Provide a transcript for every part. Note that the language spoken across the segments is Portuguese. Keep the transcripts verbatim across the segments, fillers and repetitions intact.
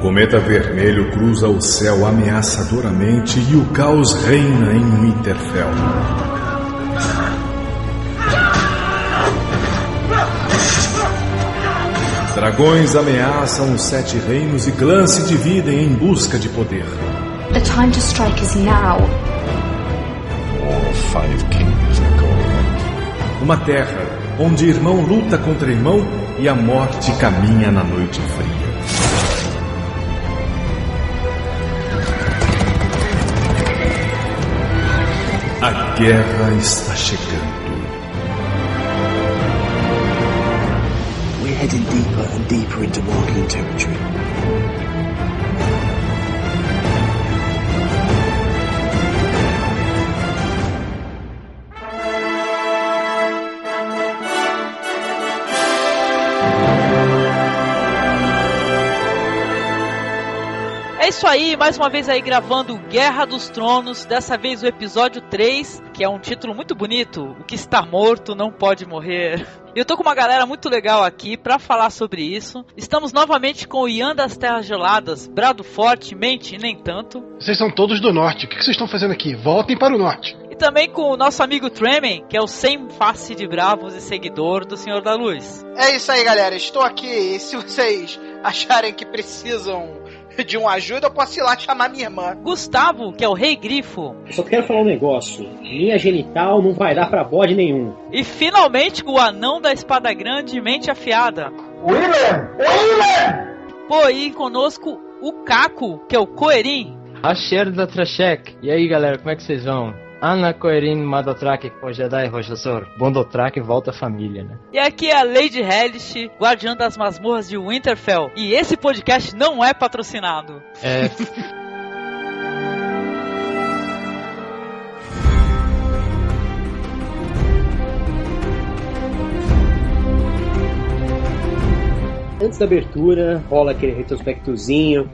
cometa vermelho cruza o céu ameaçadoramente e o caos reina em Winterfell. Dragões ameaçam os Sete Reinos e clãs se dividem em busca de poder. The time to strike is now. All five kings are going. Uma terra onde irmão luta contra irmão e a morte caminha na noite fria. A guerra está chegando. We're heading deeper and deeper into Marking territory. É isso aí, mais uma vez aí gravando Guerra dos Tronos, dessa vez o episódio três, que é um título muito bonito, O que está morto não pode morrer. E eu tô com uma galera muito legal aqui pra falar sobre isso. Estamos novamente com o Ian das Terras Geladas, Brado Forte, Mente e Nem Tanto. Vocês são todos do norte, o que vocês estão fazendo aqui? Voltem para o norte. E também com o nosso amigo Tremen, que é o sem face de bravos e seguidor do Senhor da Luz. É isso aí, galera, estou aqui e se vocês acharem que precisam de uma ajuda, eu posso ir lá chamar minha irmã. Gustavo, que é o Rei Grifo. Eu só quero falar um negócio. Minha genital não vai dar pra bode nenhum. E finalmente o anão da espada grande, Mente Afiada. William! William! Pô, e conosco o Caco, que é o Coerim. Asher da Trashek. E aí, galera, como é que vocês vão? Ana Coerin Madotrak Kojedai Rojasor. Bondotrak volta à família, né? E aqui é a Lady Hellish, guardiã das masmorras de Winterfell. E esse podcast não é patrocinado. É. Antes da abertura, rola aquele retrospectozinho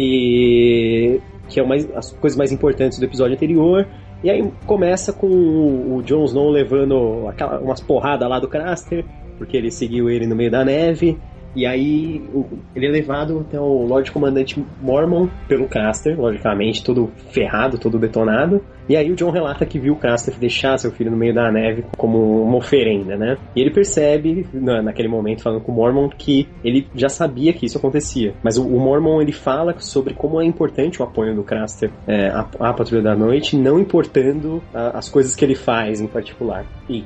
e que é o mais, as coisas mais importantes do episódio anterior. E aí começa com o, o Jon Snow levando aquela, umas porradas lá do Craster, porque ele seguiu ele no meio da neve. E aí o, ele é levado até o Lorde Comandante Mormon pelo Craster, logicamente, todo ferrado, todo detonado. E aí o Jon relata que viu o Craster deixar seu filho no meio da neve como uma oferenda, né? E ele percebe, na, naquele momento, falando com o Mormon, que ele já sabia que isso acontecia. Mas o, o Mormon, ele fala sobre como é importante o apoio do Craster é, à, à Patrulha da Noite, não importando a, as coisas que ele faz em particular. E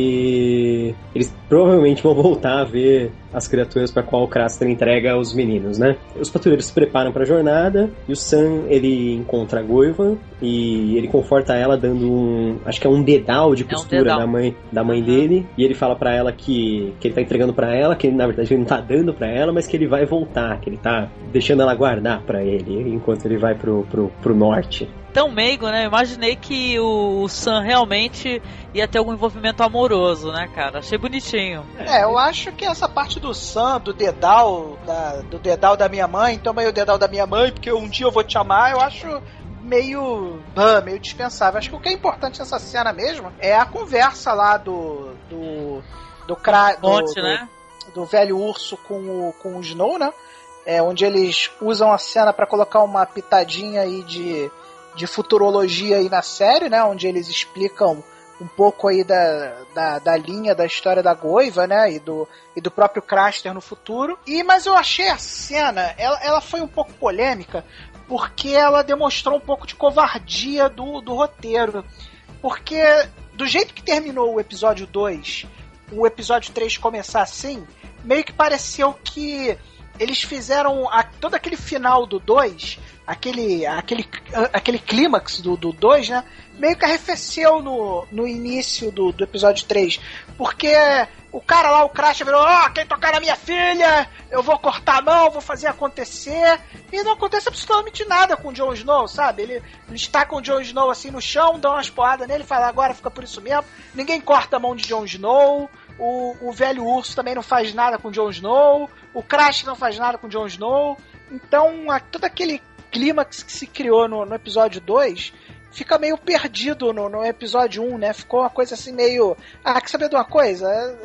que eles provavelmente vão voltar a ver as criaturas para qual o Craster entrega os meninos, né? Os patrulheiros se preparam para a jornada e o Sam, ele encontra a Goiva e ele conforta ela dando um, acho que é um dedal de costura é um dedal. da mãe, da mãe uhum. dele, e ele fala pra ela que, que ele tá entregando pra ela, que na verdade ele não tá dando pra ela, mas que ele vai voltar, que ele tá deixando ela guardar pra ele, enquanto ele vai pro, pro, pro norte. Tão meigo, né? Eu imaginei que o Sam realmente ia ter algum envolvimento amoroso, né, cara? Achei bonitinho. É, eu acho que essa parte do Sam, do dedal, da, do dedal da minha mãe, toma aí o dedal da minha mãe, porque um dia eu vou te amar, eu acho meio ah, meio dispensável. Acho que o que é importante nessa cena mesmo é a conversa lá do do do, cra, do, Monte, do, né? do velho urso com o, com o Snow, né? É, onde eles usam a cena para colocar uma pitadinha aí de, de futurologia aí na série, né? Onde eles explicam um pouco aí da, da, da linha da história da Goiva, né? E do, e do próprio Craster no futuro. E, mas eu achei a cena, ela, ela foi um pouco polêmica, porque ela demonstrou um pouco de covardia do, do roteiro. Porque do jeito que terminou o episódio dois, o episódio três começar assim, meio que pareceu que eles fizeram a, todo aquele final do dois, aquele, aquele, aquele clímax do, do dois, né? Meio que arrefeceu no, no início do, do episódio três. Porque o cara lá, o Crash, virou: ó, oh, quem tocar na minha filha, eu vou cortar a mão, vou fazer acontecer. E não acontece absolutamente nada com o Jon Snow, sabe? Ele, ele está com o Jon Snow assim no chão, dá umas porradas nele, fala: agora fica por isso mesmo. Ninguém corta a mão de Jon Snow. O, o velho urso também não faz nada com o Jon Snow. O Crash não faz nada com o Jon Snow. Então, a, todo aquele clímax que se criou no, no episódio dois fica meio perdido no, no episódio um, né? Ficou uma coisa assim meio... Ah, quer saber de uma coisa?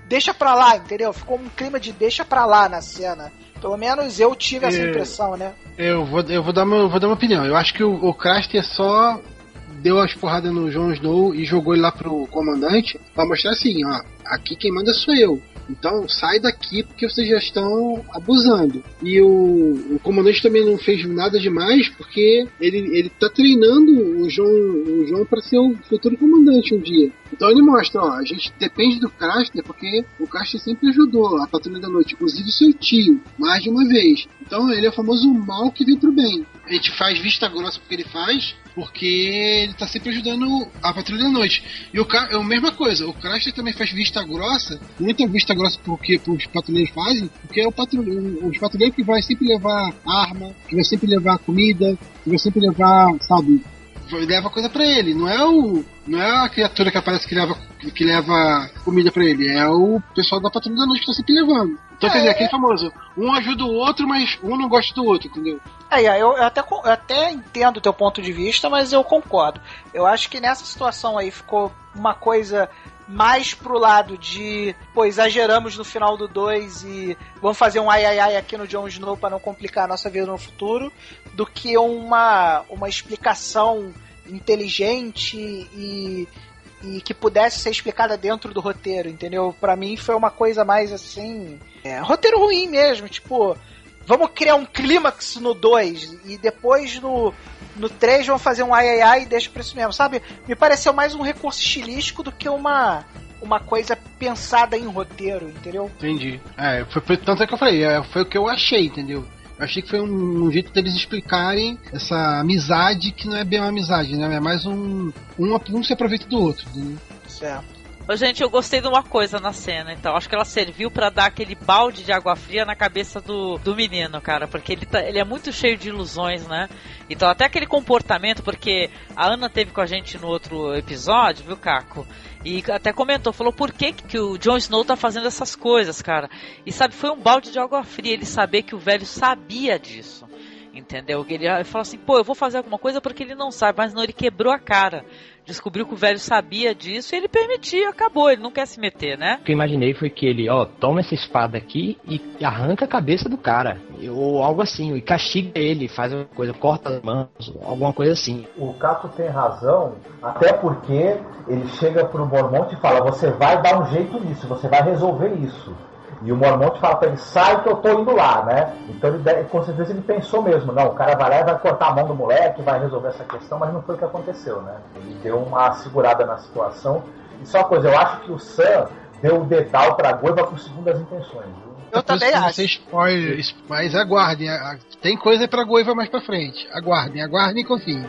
deixa pra lá, entendeu? Ficou um clima de deixa pra lá na cena. Pelo menos eu tive essa é, impressão, né? Eu vou, eu vou, dar, uma, eu vou dar uma opinião. Eu acho que o, o Craster só deu as porradas no Jon Snow e jogou ele lá pro comandante pra mostrar assim, ó, aqui quem manda sou eu. Então sai daqui porque vocês já estão abusando. E o, o comandante também não fez nada demais porque ele, ele tá treinando o Jon, o Jon para ser o futuro comandante um dia. Então ele mostra, ó, a gente depende do Craster porque o Craster sempre ajudou a Patrulha da Noite, inclusive seu tio, mais de uma vez. Então ele é o famoso mal que vem pro bem. A gente faz vista grossa porque ele faz, porque ele tá sempre ajudando a Patrulha da Noite. E o é a mesma coisa, o Craster também faz vista grossa, muita vista grossa porque os patrulheiros fazem, porque é o patrulheiro, os patrulheiros que vai sempre levar arma, que vai sempre levar comida, que vai sempre levar, sabe, leva coisa pra ele, não é o não é a criatura que aparece que leva, que leva comida pra ele, é o pessoal da Patrulha da Noite que tá sempre levando. Então, é, quer dizer, aquele famoso, um ajuda o outro, mas um não gosta do outro, entendeu? É, eu, eu, até, eu até entendo o teu ponto de vista, mas eu concordo. Eu acho que nessa situação aí ficou uma coisa mais pro lado de, pô, exageramos no final do dois e vamos fazer um ai ai ai aqui no Jon Snow pra não complicar a nossa vida no futuro, do que uma, uma explicação inteligente e, e que pudesse ser explicada dentro do roteiro, entendeu? Pra mim foi uma coisa mais assim, é, roteiro ruim mesmo, tipo, vamos criar um clímax no dois e depois no no três vamos fazer um ai ai ai e deixa pra isso mesmo, sabe? Me pareceu mais um recurso estilístico do que uma uma coisa pensada em roteiro, entendeu? Entendi. É, foi, foi tanto é que eu falei, é, foi o que eu achei, entendeu? Eu achei que foi um, um jeito deles explicarem essa amizade que não é bem uma amizade, né? É mais um um, um se aproveita do outro, né? Certo. Ô, gente, eu gostei de uma coisa na cena, então. Acho que ela serviu pra dar aquele balde de água fria na cabeça do, do menino, cara. Porque ele, tá, ele é muito cheio de ilusões, né? Então, até aquele comportamento, porque a Ana teve com a gente no outro episódio, viu, Caco? E até comentou, falou por que, que o Jon Snow tá fazendo essas coisas, cara. E sabe, foi um balde de água fria ele saber que o velho sabia disso. Entendeu? Ele falou assim, pô, eu vou fazer alguma coisa porque ele não sabe, mas não, ele quebrou a cara. Descobriu que o velho sabia disso e ele permitia, acabou, ele não quer se meter, né? O que eu imaginei foi que ele, ó, toma essa espada aqui e arranca a cabeça do cara, ou algo assim, e castiga ele, faz uma coisa, corta as mãos, alguma coisa assim. O Caco tem razão, até porque ele chega pro Mormont e fala, você vai dar um jeito nisso, você vai resolver isso. E o Mormont fala pra ele, sai que eu tô indo lá, né? Então ele, com certeza ele pensou mesmo, não, o cara vai lá e vai cortar a mão do moleque, vai resolver essa questão, mas não foi o que aconteceu, né? Ele deu uma segurada na situação. E só uma coisa, eu acho que o Sam deu o dedal pra Goiva com segundas intenções, viu? Eu também acho. Você spoiler, mas aguardem, tem coisa pra Goiva mais pra frente. Aguardem, aguardem e confiem.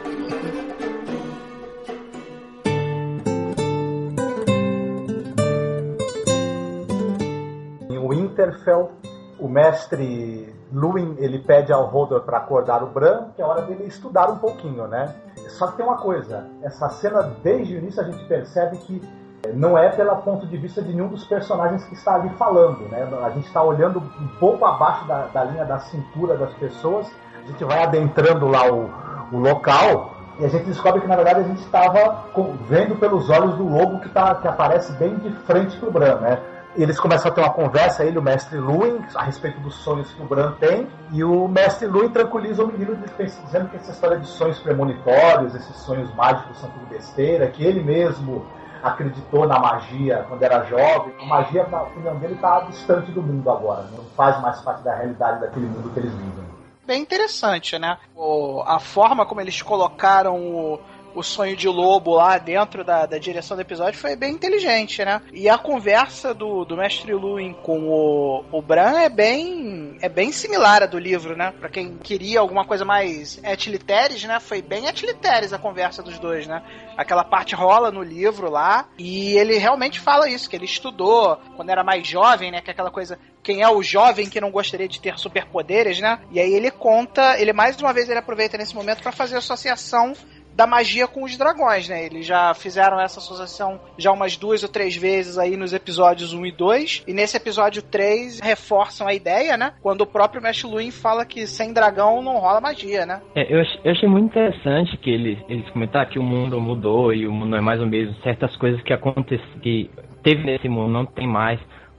Winterfell, o mestre Luwin, ele pede ao Hodor para acordar o Bran, que é hora dele estudar um pouquinho, né? Só que tem uma coisa, essa cena, desde o início a gente percebe que não é pelo ponto de vista de nenhum dos personagens que está ali falando, né? A gente está olhando um pouco abaixo da, da linha da cintura das pessoas, a gente vai adentrando lá o, o local e a gente descobre que na verdade a gente estava vendo pelos olhos do lobo que, tá, que aparece bem de frente pro Bran, né? Eles começam a ter uma conversa, ele e o mestre Luwin, a respeito dos sonhos que o Bran tem, e o mestre Luwin tranquiliza o menino dizendo que essa história de sonhos premonitórios, esses sonhos mágicos são tudo besteira, que ele mesmo acreditou na magia quando era jovem. A magia, na opinião dele, está distante do mundo agora, não faz mais parte da realidade daquele mundo que eles vivem. Bem interessante, né? O, a forma como eles colocaram o o sonho de lobo lá dentro da, da direção do episódio foi bem inteligente, né? E a conversa do, do mestre Luwin com o, o Bran é bem, é bem similar à do livro, né? Pra quem queria alguma coisa mais etiliteres, né? Foi bem etiliteres a conversa dos dois, né? Aquela parte rola no livro lá e ele realmente fala isso, que ele estudou quando era mais jovem, né? Que é aquela coisa, quem é o jovem que não gostaria de ter superpoderes, né? E aí ele conta, ele mais uma vez ele aproveita nesse momento pra fazer associação da magia com os dragões, né? Eles já fizeram essa associação já umas duas ou três vezes aí nos episódios um e dois, e nesse episódio três reforçam a ideia, né? Quando o próprio mestre Luwin fala que sem dragão não rola magia, né? É, eu, eu achei muito interessante que eles, eles comentaram que o mundo mudou e o mundo não é mais o mesmo. Certas coisas que aconteceram, que teve nesse mundo não tem mais.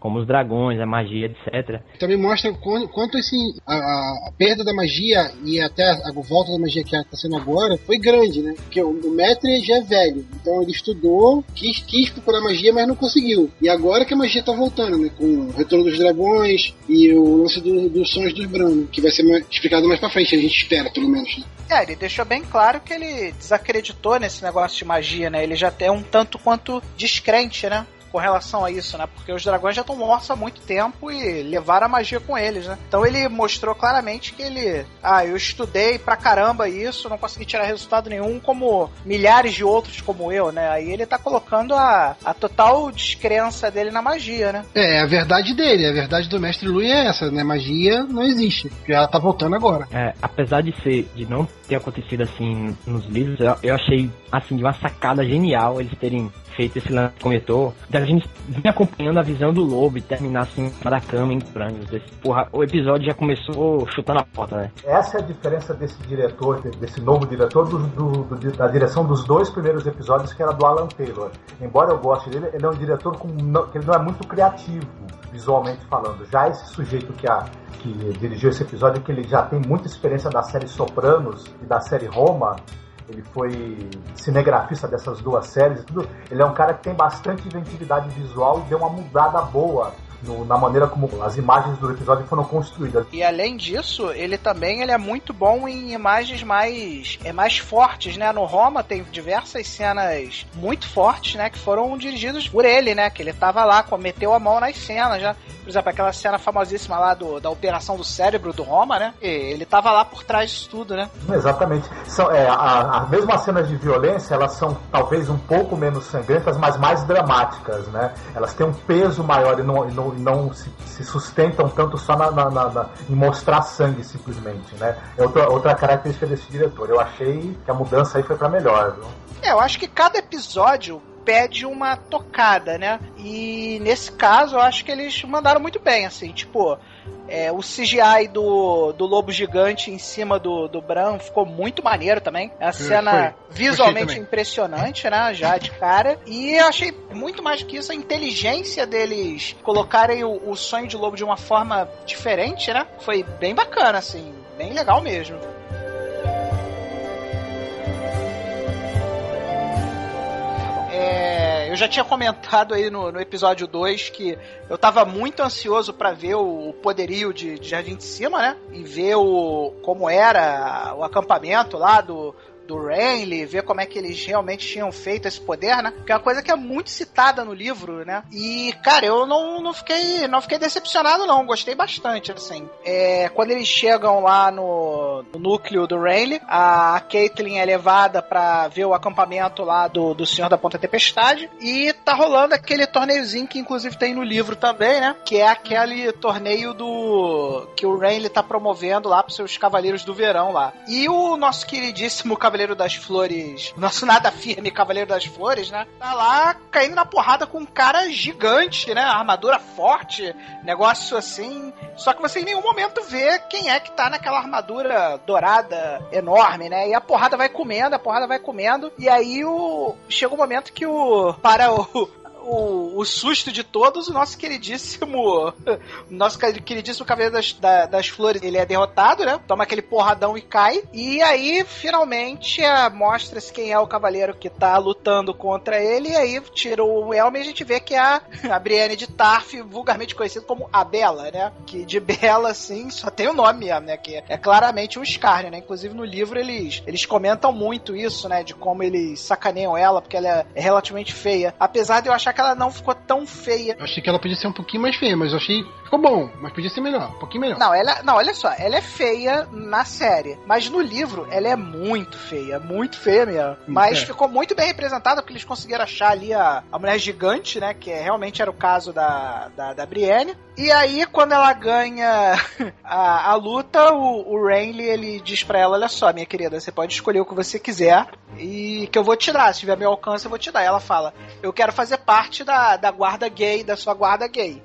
como os dragões, a magia, etcétera. Também mostra quanto, quanto assim, a, a perda da magia e até a, a volta da magia que está sendo agora foi grande, né? Porque o, o Mestre já é velho, então ele estudou, quis, quis procurar magia, mas não conseguiu. E agora que a magia está voltando, né? Com o retorno dos dragões e o lance do, dos sonhos dos Bran, que vai ser mais, explicado mais pra frente, a gente espera, pelo menos. Né? É, ele deixou bem claro que ele desacreditou nesse negócio de magia, né? Ele já é um tanto quanto descrente, né? Com relação a isso, né? Porque os dragões já estão mortos há muito tempo e levaram a magia com eles, né? Então ele mostrou claramente que ele... Ah, eu estudei pra caramba isso, não consegui tirar resultado nenhum, como milhares de outros como eu, né? Aí ele tá colocando a, a total descrença dele na magia, né? É, a verdade dele, a verdade do Mestre Lui é essa, né? Magia não existe, porque ela tá voltando agora. É, apesar de ser, de não ter acontecido assim nos livros, eu, eu achei, assim, de uma sacada genial eles terem feito esse lance que comentou, da gente vir acompanhando a visão do lobo e terminar assim da cama em planos. Porra, o episódio já começou chutando a porta, né? Essa é a diferença desse diretor, desse novo diretor, do, do, do, da direção dos dois primeiros episódios, que era do Alan Taylor. Embora eu goste dele, ele é um diretor com, não, que ele não é muito criativo, visualmente falando. Já esse sujeito que, a, que dirigiu esse episódio, que ele já tem muita experiência da série Sopranos e da série Roma, ele foi cinegrafista dessas duas séries e tudo. Ele é um cara que tem bastante inventividade visual e deu uma mudada boa no, na maneira como as imagens do episódio foram construídas. E além disso, ele também ele é muito bom em imagens mais, é, mais fortes, né? No Roma tem diversas cenas muito fortes, né? Que foram dirigidas por ele, né? Que ele tava lá, meteu a mão nas cenas já. Por exemplo, aquela cena famosíssima lá do, da operação do cérebro do Roma, né? E ele tava lá por trás disso tudo, né? Exatamente. São, é, a, a, mesmo as cenas de violência, elas são talvez um pouco menos sangrentas, mas mais dramáticas, né? Elas têm um peso maior e não, e não, e não se, se sustentam tanto só na, na, na, na, em mostrar sangue, simplesmente, né? É outra, outra característica desse diretor. Eu achei que a mudança aí foi pra melhor, viu? É, eu acho que cada episódio pede uma tocada, né? E nesse caso eu acho que eles mandaram muito bem, assim, tipo, é, o C G I do, do lobo gigante em cima do, do Bran ficou muito maneiro também. A cena foi. visualmente impressionante, né? Já de cara. E eu achei muito mais do que isso, a inteligência deles colocarem o, o sonho de lobo de uma forma diferente, né? Foi bem bacana, assim, bem legal mesmo. É, eu já tinha comentado aí no, no episódio dois que eu tava muito ansioso pra ver o, o poderio de, de Jardim de Cima, né? E ver o, como era o acampamento lá do, do Renly, ver como é que eles realmente tinham feito esse poder, né? Que é uma coisa que é muito citada no livro, né? E, cara, eu não, não, fiquei, não fiquei decepcionado, não. Gostei bastante, assim. É, quando eles chegam lá no, no núcleo do Renly, a Caitlyn é levada pra ver o acampamento lá do, do Senhor da Ponta Tempestade e tá rolando aquele torneiozinho que, inclusive, tem no livro também, né? Que é aquele torneio do... que o Renly tá promovendo lá pros seus Cavaleiros do Verão lá. E o nosso queridíssimo Cavaleiro das Flores, nosso nada firme Cavaleiro das Flores, né? Tá lá caindo na porrada com um cara gigante, né? Armadura forte, negócio assim. Só que você em nenhum momento vê quem é que tá naquela armadura dourada enorme, né? E a porrada vai comendo, a porrada vai comendo. E aí o... chega um momento que o... para o... O, o susto de todos, o nosso queridíssimo o nosso queridíssimo Cavaleiro das, da, das Flores, ele é derrotado, né? Toma aquele porradão e cai. E aí, finalmente, mostra-se quem é o cavaleiro que tá lutando contra ele. E aí, tira o elmo e a gente vê que é a, a Brienne de Tarth, vulgarmente conhecida como a Bela, né? Que de Bela, assim, só tem o nome mesmo, né? Que é claramente um escárnio, né? Inclusive, no livro, eles, eles comentam muito isso, né? De como eles sacaneiam ela, porque ela é, é relativamente feia. Apesar de eu achar que ela não ficou tão feia. Eu achei que ela podia ser um pouquinho mais feia, mas eu achei... Ficou bom, mas podia ser melhor, um pouquinho melhor. Não, ela, não, olha só, ela é feia na série, mas no livro ela é muito feia, muito feia mesmo. Mas é. ficou muito bem representada, porque eles conseguiram achar ali a, a mulher gigante, né, que é, realmente era o caso da, da, da Brienne. E aí, quando ela ganha a, a luta, o, o Renly, ele diz pra ela, olha só, minha querida, você pode escolher o que você quiser e que eu vou te dar, se tiver meu alcance eu vou te dar. E ela fala, eu quero fazer parte da, da guarda gay, da sua guarda gay.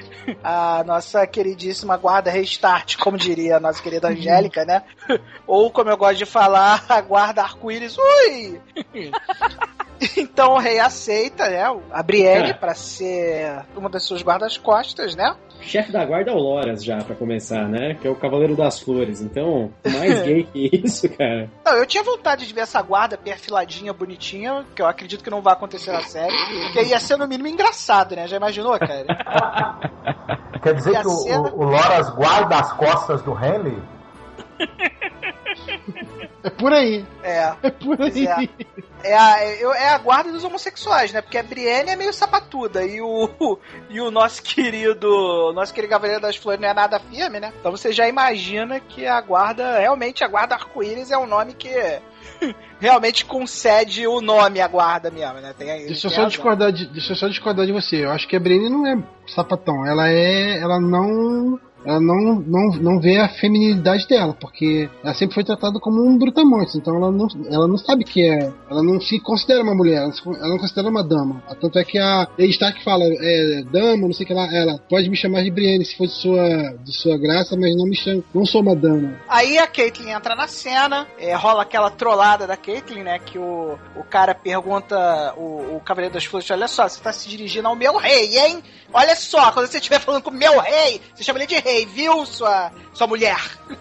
A nossa queridíssima guarda restart, como diria a nossa querida Angélica, né? Ou, como eu gosto de falar, a guarda arco-íris. Ui! Então o rei aceita, né, a Brienne pra ser uma das suas guardas-costas, né? O chefe da guarda é o Loras já, pra começar, né? Que é o Cavaleiro das Flores. Então, mais gay que isso, cara. Não, eu tinha vontade de ver essa guarda perfiladinha, bonitinha, que eu acredito que não vai acontecer na série, que ia ser no mínimo engraçado, né? Já imaginou, cara? Quer dizer E a que o, cena- o, o Loras guarda as costas do Henley? É por aí. É. É por Pois aí. É. É a, é a guarda dos homossexuais, né? Porque a Brienne é meio sapatuda e o, e o nosso querido nosso querido Cavaleiro das Flores não é nada firme, né? Então você já imagina que a guarda, realmente a guarda arco-íris é um nome que realmente concede o nome à guarda mesmo, né? Tem, Deixa eu, tem só razão. discordar de, deixa eu só discordar de você. Eu acho que a Brienne não é sapatão. Ela é. Ela não. Ela não, não, não vê a feminilidade dela, porque ela sempre foi tratada como um brutamontes, então ela não, ela não sabe que é. Ela não se considera uma mulher, ela, se, ela não considera uma dama. Tanto é que a Lady Stark fala, é, dama, não sei o que lá, ela pode me chamar de Brienne se for de sua, de sua graça, mas não me chama, não sou uma dama. Aí a Caitlyn entra na cena, é, rola aquela trollada da Caitlyn, né? Que o, o cara pergunta, o, o Cavaleiro das Flores, olha só, você tá se dirigindo ao meu rei, hein? Olha só, quando você estiver falando com o meu rei, você chama ele de rei, viu, sua, sua mulher?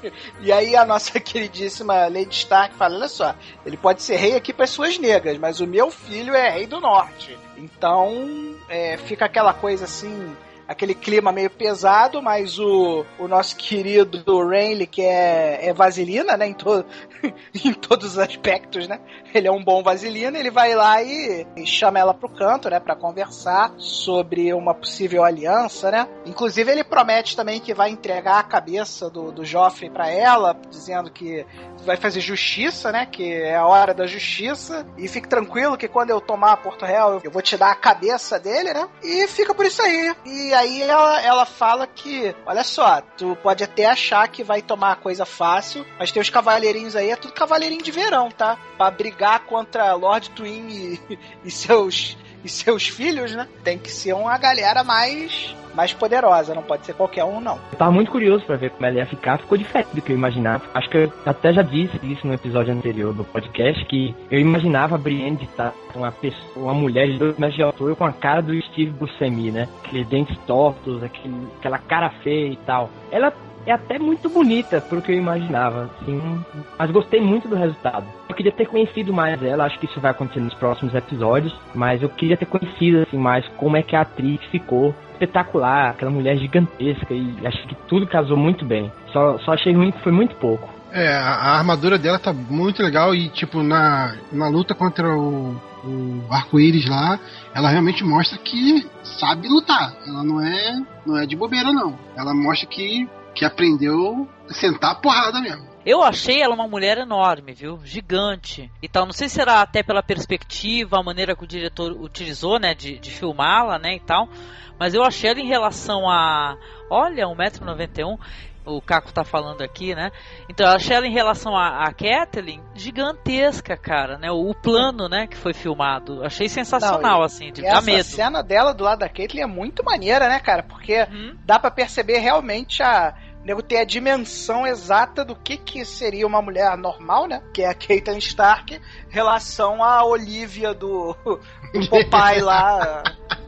E aí a nossa queridíssima Lady Stark fala, olha só, ele pode ser rei aqui para as suas negras, mas o meu filho é rei do norte. Então, é, fica aquela coisa assim, aquele clima meio pesado, mas o, o nosso querido Renly, que é, é vaselina, né, em, to, em todos os aspectos, né, ele é um bom vaselina, ele vai lá e, e chama ela pro canto, né, pra conversar sobre uma possível aliança, né, inclusive ele promete também que vai entregar a cabeça do, do Joffrey pra ela, dizendo que vai fazer justiça, né, que é a hora da justiça, e fique tranquilo que quando eu tomar Porto Real, eu vou te dar a cabeça dele, né, e fica por isso aí, e aí ela, ela fala que, olha só, tu pode até achar que vai tomar a coisa fácil, mas tem os cavaleirinhos aí, é tudo cavaleirinho de verão, tá? Pra brigar contra Lord Twin e, e, seus, e seus filhos, né? Tem que ser uma galera mais, mais poderosa, não pode ser qualquer um, não. Eu tava muito curioso pra ver como ela ia ficar, ficou diferente do que eu imaginava. Acho que eu até já disse isso no episódio anterior do podcast, que eu imaginava a Brienne de estar uma pessoa, uma mulher de dois metros de altura com a cara do Steve Buscemi, né? Aqueles dentes tortos, aquele, aquela cara feia e tal. Ela é até muito bonita pro que eu imaginava, assim, mas gostei muito do resultado. Eu queria ter conhecido mais ela, acho que isso vai acontecer nos próximos episódios, mas eu queria ter conhecido assim mais como é que a atriz ficou. Espetacular, aquela mulher gigantesca, e acho que tudo casou muito bem. Só, só achei ruim que foi muito pouco. É, a, a armadura dela tá muito legal e, tipo, na, na luta contra o, o arco-íris lá, ela realmente mostra que sabe lutar. Ela não é, não é de bobeira, não. Ela mostra que, que aprendeu a sentar a porrada mesmo. Eu achei ela uma mulher enorme, viu? Gigante e tal. Não sei se era até pela perspectiva, a maneira que o diretor utilizou, né? De, de filmá-la, né? E tal. Mas eu achei ela em relação a... Olha, um metro e noventa e um. O Caco tá falando aqui, né? Então eu achei ela em relação a, a Catelyn gigantesca, cara, né? O, o plano, né, que foi filmado. Achei sensacional, Não, assim, de dar medo. Essa cena dela do lado da Caitlyn é muito maneira, né, cara? Porque Uhum. dá pra perceber realmente a... O nego ter a dimensão exata do que, que seria uma mulher normal, né? Que é a Caitlyn Stark, em relação à Olivia do, do Popeye lá,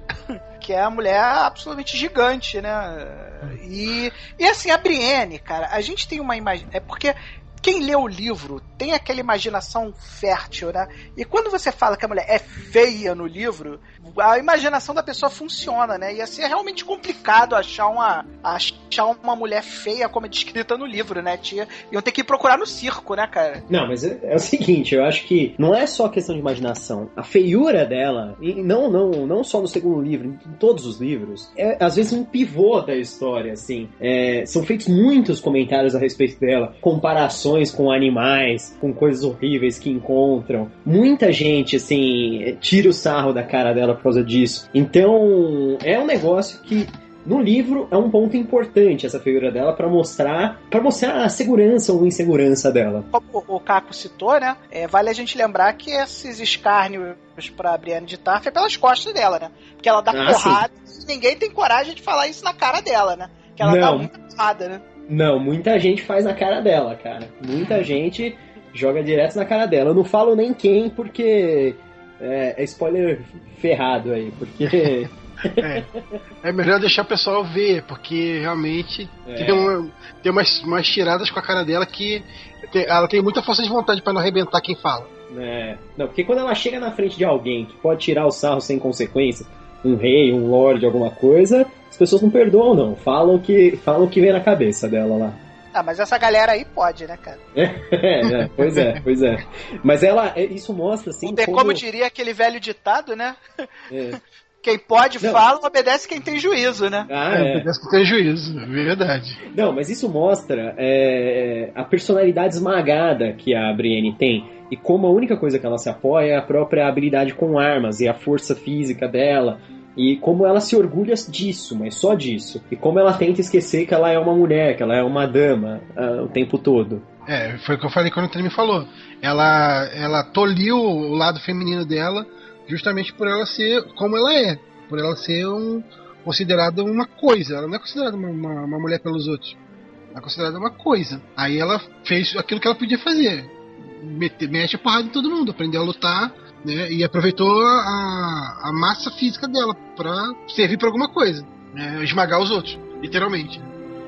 que é a mulher absolutamente gigante, né? E, e assim, a Brienne, cara, a gente tem uma imagem... É porque quem lê o livro tem aquela imaginação fértil, né? E quando você fala que a mulher é feia no livro, a imaginação da pessoa funciona, né? Ia ser realmente complicado achar uma, achar uma mulher feia como é descrita no livro, né? Tia? Iam ter que procurar no circo, né, cara? Não, mas é, é o seguinte, eu acho que não é só questão de imaginação. A feiura dela, e não, não, não só no segundo livro, em todos os livros, é às vezes um pivô da história, assim. É, são feitos muitos comentários a respeito dela, comparações com animais, com coisas horríveis que encontram. Muita gente, assim, tira o sarro da cara dela por causa disso. Então, é um negócio que no livro é um ponto importante, essa figura dela, pra mostrar para mostrar a segurança ou insegurança dela. Como o Caco citou, né? É, vale a gente lembrar que esses escárnios pra Brienne de Tarth é pelas costas dela, né? Porque ela dá Ah, porrada e ninguém tem coragem de falar isso na cara dela, né? Que ela Não. dá muita porrada, né? Não, muita gente faz na cara dela, cara. Muita gente joga direto na cara dela. Eu não falo nem quem, porque é, é spoiler ferrado aí, porque... É, é melhor deixar o pessoal ver, porque realmente É. tem, uma, tem umas, umas tiradas com a cara dela que tem- ela tem muita força de vontade pra não arrebentar quem fala. É, não, porque quando ela chega na frente de alguém que pode tirar o sarro sem consequências, um rei, um lord, alguma coisa, as pessoas não perdoam, não. Falam que, falam o que vem na cabeça dela lá. Ah, mas essa galera aí pode, né, cara? É, é, pois é, pois é. Mas ela, é, isso mostra assim. Tem como diria aquele velho ditado, né? É. Quem pode Não. fala, obedece quem tem juízo, né? Ah, É, é. parece que tem juízo, é verdade. Não, mas isso mostra é, a personalidade esmagada que a Brienne tem. E como a única coisa que ela se apoia é a própria habilidade com armas e a força física dela. E como ela se orgulha disso, mas só disso. E como ela tenta esquecer que ela é uma mulher, que ela é uma dama ah, o tempo todo. É, foi o que eu falei quando o Trem me falou. Ela, ela tolhiu o lado feminino dela justamente por ela ser como ela é. Por ela ser um, considerada uma coisa. Ela não é considerada uma, uma, uma mulher pelos outros. Ela é considerada uma coisa. Aí ela fez aquilo que ela podia fazer. Mete, mete a porrada em todo mundo. Aprendeu a lutar, né, e aproveitou a, a massa física dela pra servir pra alguma coisa. Né, esmagar os outros, literalmente.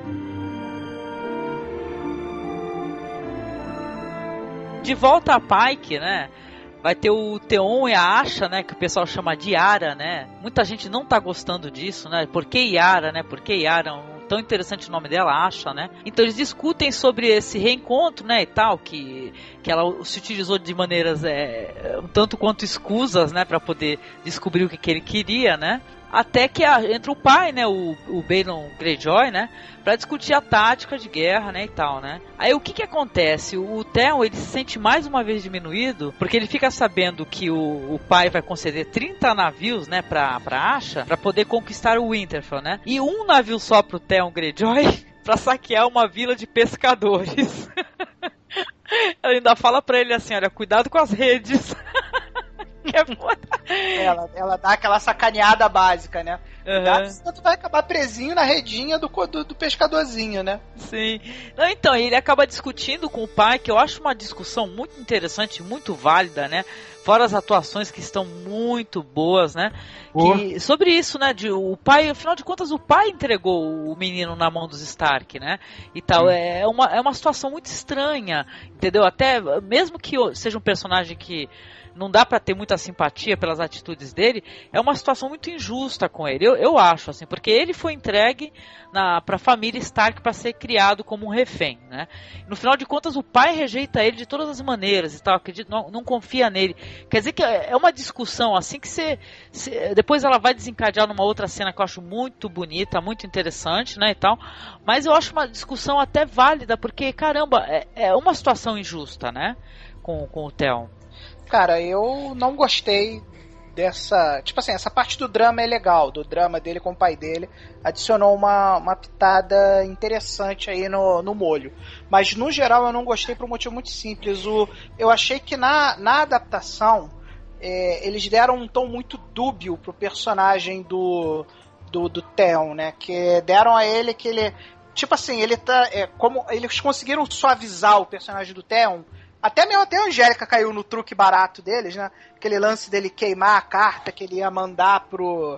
De volta a Pike, né? Vai ter o Theon e a Asha, né? Que o pessoal chama de Yara, né? Muita gente não tá gostando disso, né? Por que Yara, né? Por que Yara? Um tão interessante o nome dela, Asha, né? Então eles discutem sobre esse reencontro, né? E tal, que, que ela se utilizou de maneiras é, um tanto quanto escusas, né? Pra poder descobrir o que, que ele queria, né? Até que a, entra o pai, né, o, o Balon Greyjoy, né, pra discutir a tática de guerra, né, e tal, né. Aí o que que acontece? O, o Theon, ele se sente mais uma vez diminuído, porque ele fica sabendo que o, o pai vai conceder trinta navios, né, pra, pra Asha, pra poder conquistar o Winterfell, né. E um navio só pro Theon Greyjoy pra saquear uma vila de pescadores. Ela ainda fala pra ele assim, olha, cuidado com as redes. Que é foda. Ela, ela dá aquela sacaneada básica, né? Uhum. Senão tu vai acabar presinho na redinha do, do, do pescadorzinho, né? Sim. Não, então, ele acaba discutindo com o pai, que eu acho uma discussão muito interessante, muito válida, né? Fora as atuações que estão muito boas, né? Que, sobre isso, né? De, o pai, afinal de contas, o pai entregou o menino na mão dos Stark, né? E tal. É uma, é uma situação muito estranha, entendeu? Até, mesmo que seja um personagem que não dá pra ter muita simpatia pelas atitudes dele, é uma situação muito injusta com ele, eu, eu acho, assim, porque ele foi entregue na, pra família Stark pra ser criado como um refém, né? No final de contas, o pai rejeita ele de todas as maneiras e tal, acredito, não, não confia nele. Quer dizer que é uma discussão, assim, que você, você, depois ela vai desencadear numa outra cena que eu acho muito bonita, muito interessante, né, e tal, mas eu acho uma discussão até válida, porque, caramba, é, é uma situação injusta, né, com, com o Theon. Cara, eu não gostei dessa... Tipo assim, essa parte do drama é legal, do drama dele com o pai dele. Adicionou uma, uma pitada interessante aí no, no molho. Mas, no geral, eu não gostei por um motivo muito simples. O, eu achei que na, na adaptação, é, eles deram um tom muito dúbio pro personagem do, do, do Theon, né? Que deram a ele que ele... Tipo assim, ele tá... É, como eles conseguiram suavizar o personagem do Theon. Até mesmo até a Angélica caiu no truque barato deles, né? Aquele lance dele queimar a carta que ele ia mandar pro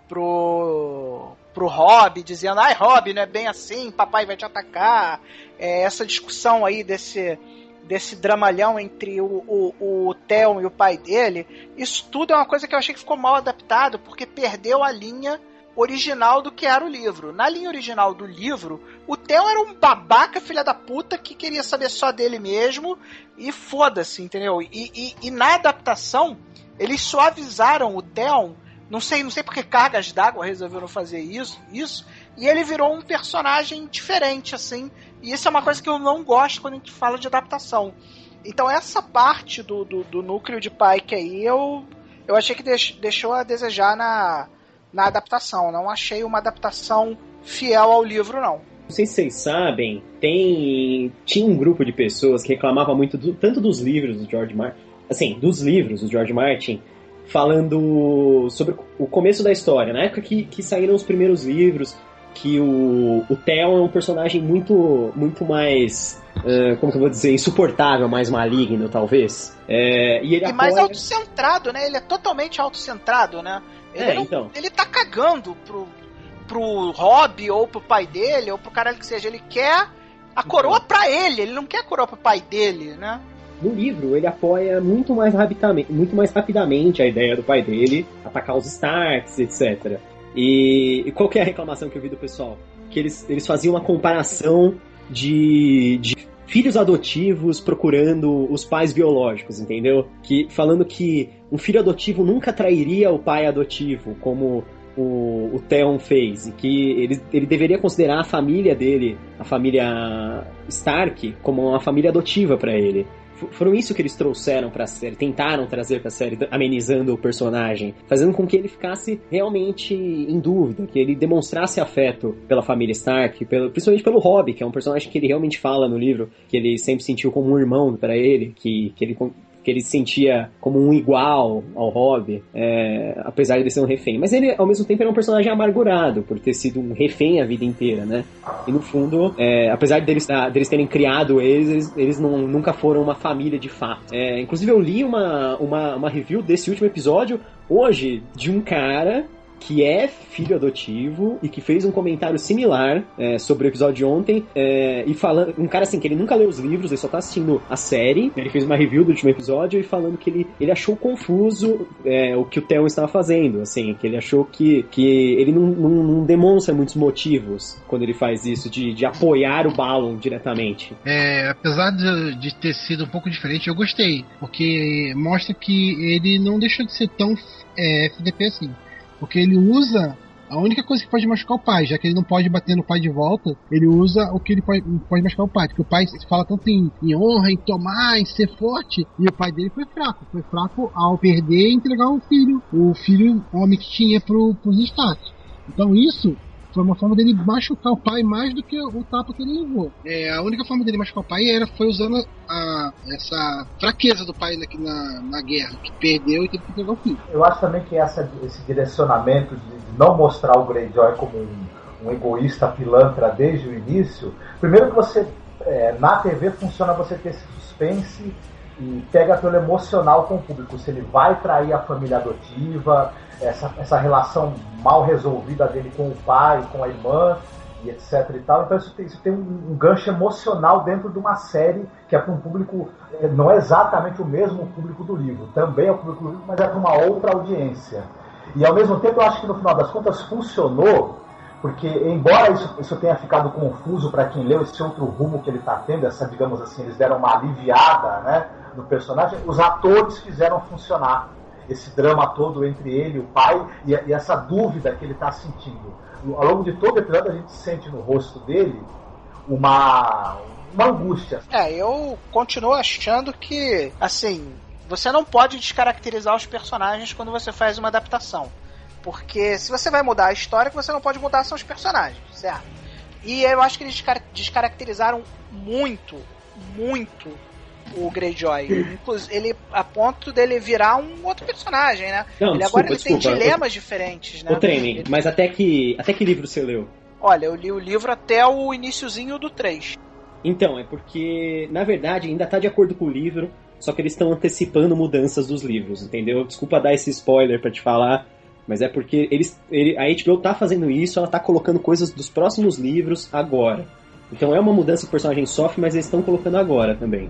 pro pro Robb, dizendo, ai Robb, não é bem assim, papai vai te atacar. É, essa discussão aí desse, desse dramalhão entre o, o, o Theon e o pai dele, isso tudo é uma coisa que eu achei que ficou mal adaptado, porque perdeu a linha original do que era o livro. Na linha original do livro, o Theon era um babaca filha da puta que queria saber só dele mesmo e foda-se, entendeu? E, e, e na adaptação, eles suavizaram o Theon, não sei, não sei porque cargas d'água resolveram fazer isso, isso, e ele virou um personagem diferente, assim, e isso é uma coisa que eu não gosto quando a gente fala de adaptação. Então essa parte do, do, do núcleo de Pike aí, eu, eu achei que deix, deixou a desejar na na adaptação, não achei uma adaptação fiel ao livro, não. Não sei se vocês sabem, tem tinha um grupo de pessoas que reclamava muito do, tanto dos livros do George Martin, assim, dos livros do George Martin, falando sobre o começo da história, na época que, que saíram os primeiros livros, que o, o Theon é um personagem muito, muito mais, uh, como que eu vou dizer, insuportável, mais maligno, talvez. É, e ele e apoia... mais autocentrado, né? Ele é totalmente autocentrado, né? Ele, é, não, então. ele tá cagando pro, pro Robb, ou pro pai dele, ou pro caralho que seja. Ele quer a coroa então. pra ele, ele não quer a coroa pro pai dele, né? No livro, ele apoia muito mais rapidamente, muito mais rapidamente a ideia do pai dele atacar os Starks, etcétera. E, e qual que é a reclamação que eu vi do pessoal? Que eles, eles faziam uma comparação de, de filhos adotivos procurando os pais biológicos, entendeu? Que, falando que um filho adotivo nunca trairia o pai adotivo, como o, o Theon fez, e que ele, ele deveria considerar a família dele, a família Stark, como uma família adotiva para ele. Foram isso que eles trouxeram pra série, tentaram trazer pra série, amenizando o personagem, fazendo com que ele ficasse realmente em dúvida, que ele demonstrasse afeto pela família Stark, pelo, principalmente pelo Robb, que é um personagem que ele realmente fala no livro, que ele sempre sentiu como um irmão pra ele, que, que ele... que ele se sentia como um igual ao Robb, é, apesar de ele ser um refém. Mas ele, ao mesmo tempo, era um personagem amargurado, por ter sido um refém a vida inteira, né? E, no fundo, é, apesar deles, deles terem criado eles, eles, eles não, nunca foram uma família de fato. É, inclusive, eu li uma, uma, uma review desse último episódio, hoje, de um cara que é filho adotivo e que fez um comentário similar é, sobre o episódio de ontem, é, e falando, um cara assim, que ele nunca leu os livros, ele só tá assistindo a série, ele fez uma review do último episódio e falando que ele, ele achou confuso é, o que o Theon estava fazendo, assim, que ele achou que, que ele não, não, não demonstra muitos motivos quando ele faz isso, de, de apoiar o Balon diretamente. É, apesar de, de ter sido um pouco diferente, eu gostei, porque mostra que ele não deixou de ser tão é, F D P assim. Porque ele usa a única coisa que pode machucar o pai, já que ele não pode bater no pai de volta, ele usa o que ele pode, pode machucar o pai. Porque o pai fala tanto em, em honra, em tomar, em ser forte, e o pai dele foi fraco. Foi fraco ao perder e entregar o filho, o filho homem que tinha pro, pros Stark. Então isso foi uma forma dele machucar o pai mais do que o tapa que ele levou. É, a única forma dele machucar o pai era, foi usando a, essa fraqueza do pai na, na, na guerra, que perdeu e teve que pegar o filho. Eu acho também que essa, esse direcionamento de não mostrar o Greyjoy como um, um egoísta pilantra desde o início, primeiro que você, é, na T V funciona você ter esse suspense e pega pelo emocional com o público, se ele vai trair a família adotiva, essa, essa relação mal resolvida dele com o pai, com a irmã, e etc e tal. Então isso tem, isso tem um, um gancho emocional dentro de uma série que é para um público, não é exatamente o mesmo público do livro, também é o público do livro, mas é para uma outra audiência. E ao mesmo tempo eu acho que no final das contas funcionou, porque embora isso, isso tenha ficado confuso para quem leu, esse outro rumo que ele está tendo, essa, digamos assim, eles deram uma aliviada, né, no personagem, os atores fizeram funcionar esse drama todo entre ele e o pai, e, e essa dúvida que ele está sentindo. Ao longo de todo o episódio a gente sente no rosto dele uma, uma angústia. É, eu continuo achando que, assim, você não pode descaracterizar os personagens quando você faz uma adaptação. Porque se você vai mudar a história, que você não pode mudar são os personagens, certo? E eu acho que eles descaracterizaram muito, muito o Greyjoy. Inclusive, ele, a ponto dele virar um outro personagem, né? Não, ele desculpa, agora ele desculpa. tem dilemas diferentes, né? O training, ele... mas até que, até que livro você leu? Olha, eu li o livro até o iniciozinho do três. Então, é porque, na verdade, ainda tá de acordo com o livro, só que eles estão antecipando mudanças dos livros, entendeu? Desculpa dar esse spoiler pra te falar, mas é porque eles, ele, a H B O tá fazendo isso, ela tá colocando coisas dos próximos livros agora. Então é uma mudança que o personagem sofre, mas eles estão colocando agora também.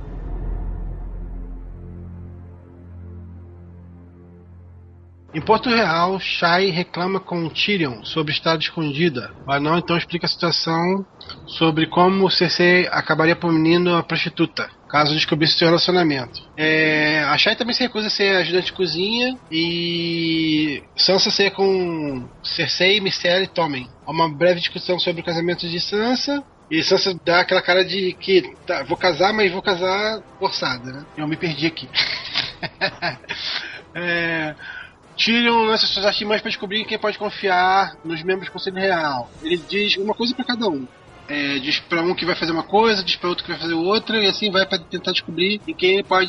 Em Porto Real, Shai reclama com Tyrion sobre estar escondida. O anão então explica a situação sobre como Cersei acabaria punindo a prostituta, caso descobrisse seu relacionamento. É, a Shai também se recusa a ser ajudante de cozinha e Sansa sai com Cersei, Micelle e Tommen. Há uma breve discussão sobre o casamento de Sansa e Sansa dá aquela cara de que tá, vou casar, mas vou casar forçada, né? Eu me perdi aqui. é... Tyrion lança suas artimanhas para descobrir quem pode confiar nos membros do Conselho Real. Ele diz uma coisa para cada um. É, diz para um que vai fazer uma coisa, diz para outro que vai fazer outra, e assim vai para tentar descobrir em quem ele pode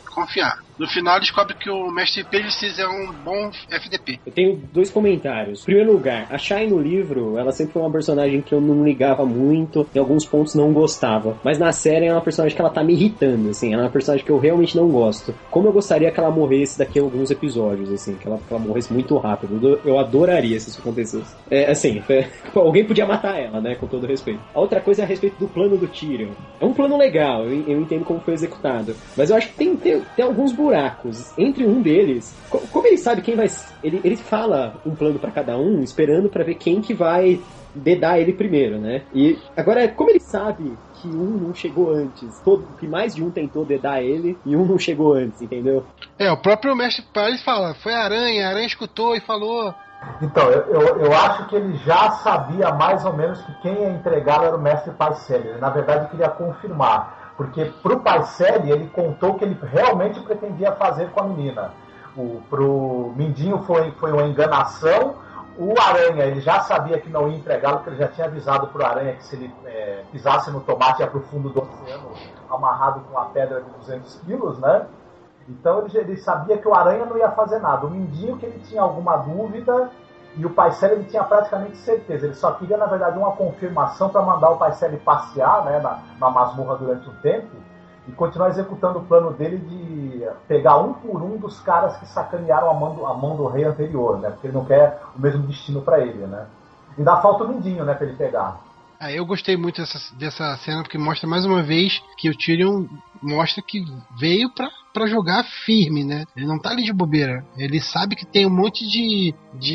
confiar. No final descobre que o Mestre Pelicis é um bom F D P. Eu tenho dois comentários. Em primeiro lugar, a Shai no livro, ela sempre foi uma personagem que eu não ligava muito, em alguns pontos não gostava. Mas na série é uma personagem que ela tá me irritando, assim, ela é uma personagem que eu realmente não gosto. Como eu gostaria que ela morresse daqui a alguns episódios, assim, que ela, que ela morresse muito rápido. Eu adoraria se isso acontecesse. É, assim, alguém podia matar ela, né, com todo respeito. A outra coisa é a respeito do plano do Tyrion. É um plano legal, eu, eu entendo como foi executado. Mas eu acho que tem, tem, tem alguns buracos. Entre um deles, como ele sabe quem vai... Ele, ele fala um plano pra cada um, esperando pra ver quem que vai dedar ele primeiro, né? E agora, como ele sabe que um não chegou antes, todo, que mais de um tentou dedar ele e um não chegou antes, entendeu? É, o próprio Mestre Pelicis fala, foi a Aranha, a Aranha escutou e falou... Então, eu, eu, eu acho que ele já sabia mais ou menos que quem ia entregá-lo era o Mestre Pelicis. Ele, na verdade, queria confirmar. Porque pro Pacelli ele contou o que ele realmente pretendia fazer com a menina. O, pro Mindinho foi, foi uma enganação. O Aranha, ele já sabia que não ia entregá-lo, porque ele já tinha avisado pro Aranha que se ele é, pisasse no tomate ia pro fundo do oceano, amarrado com uma pedra de duzentos quilos, né? Então ele, ele sabia que o Aranha não ia fazer nada. O Mindinho que ele tinha alguma dúvida... E o Pacelli ele tinha praticamente certeza. Ele só queria, na verdade, uma confirmação para mandar o Pacelli passear, né, na, na masmorra durante um tempo e continuar executando o plano dele de pegar um por um dos caras que sacanearam a mão do, a mão do rei anterior, né? Porque ele não quer o mesmo destino para ele, né? E dá falta o Mindinho, né, para ele pegar. Ah, eu gostei muito dessa, dessa cena porque mostra mais uma vez que o Tyrion mostra que veio pra, pra jogar firme, né? Ele não tá ali de bobeira. Ele sabe que tem um monte de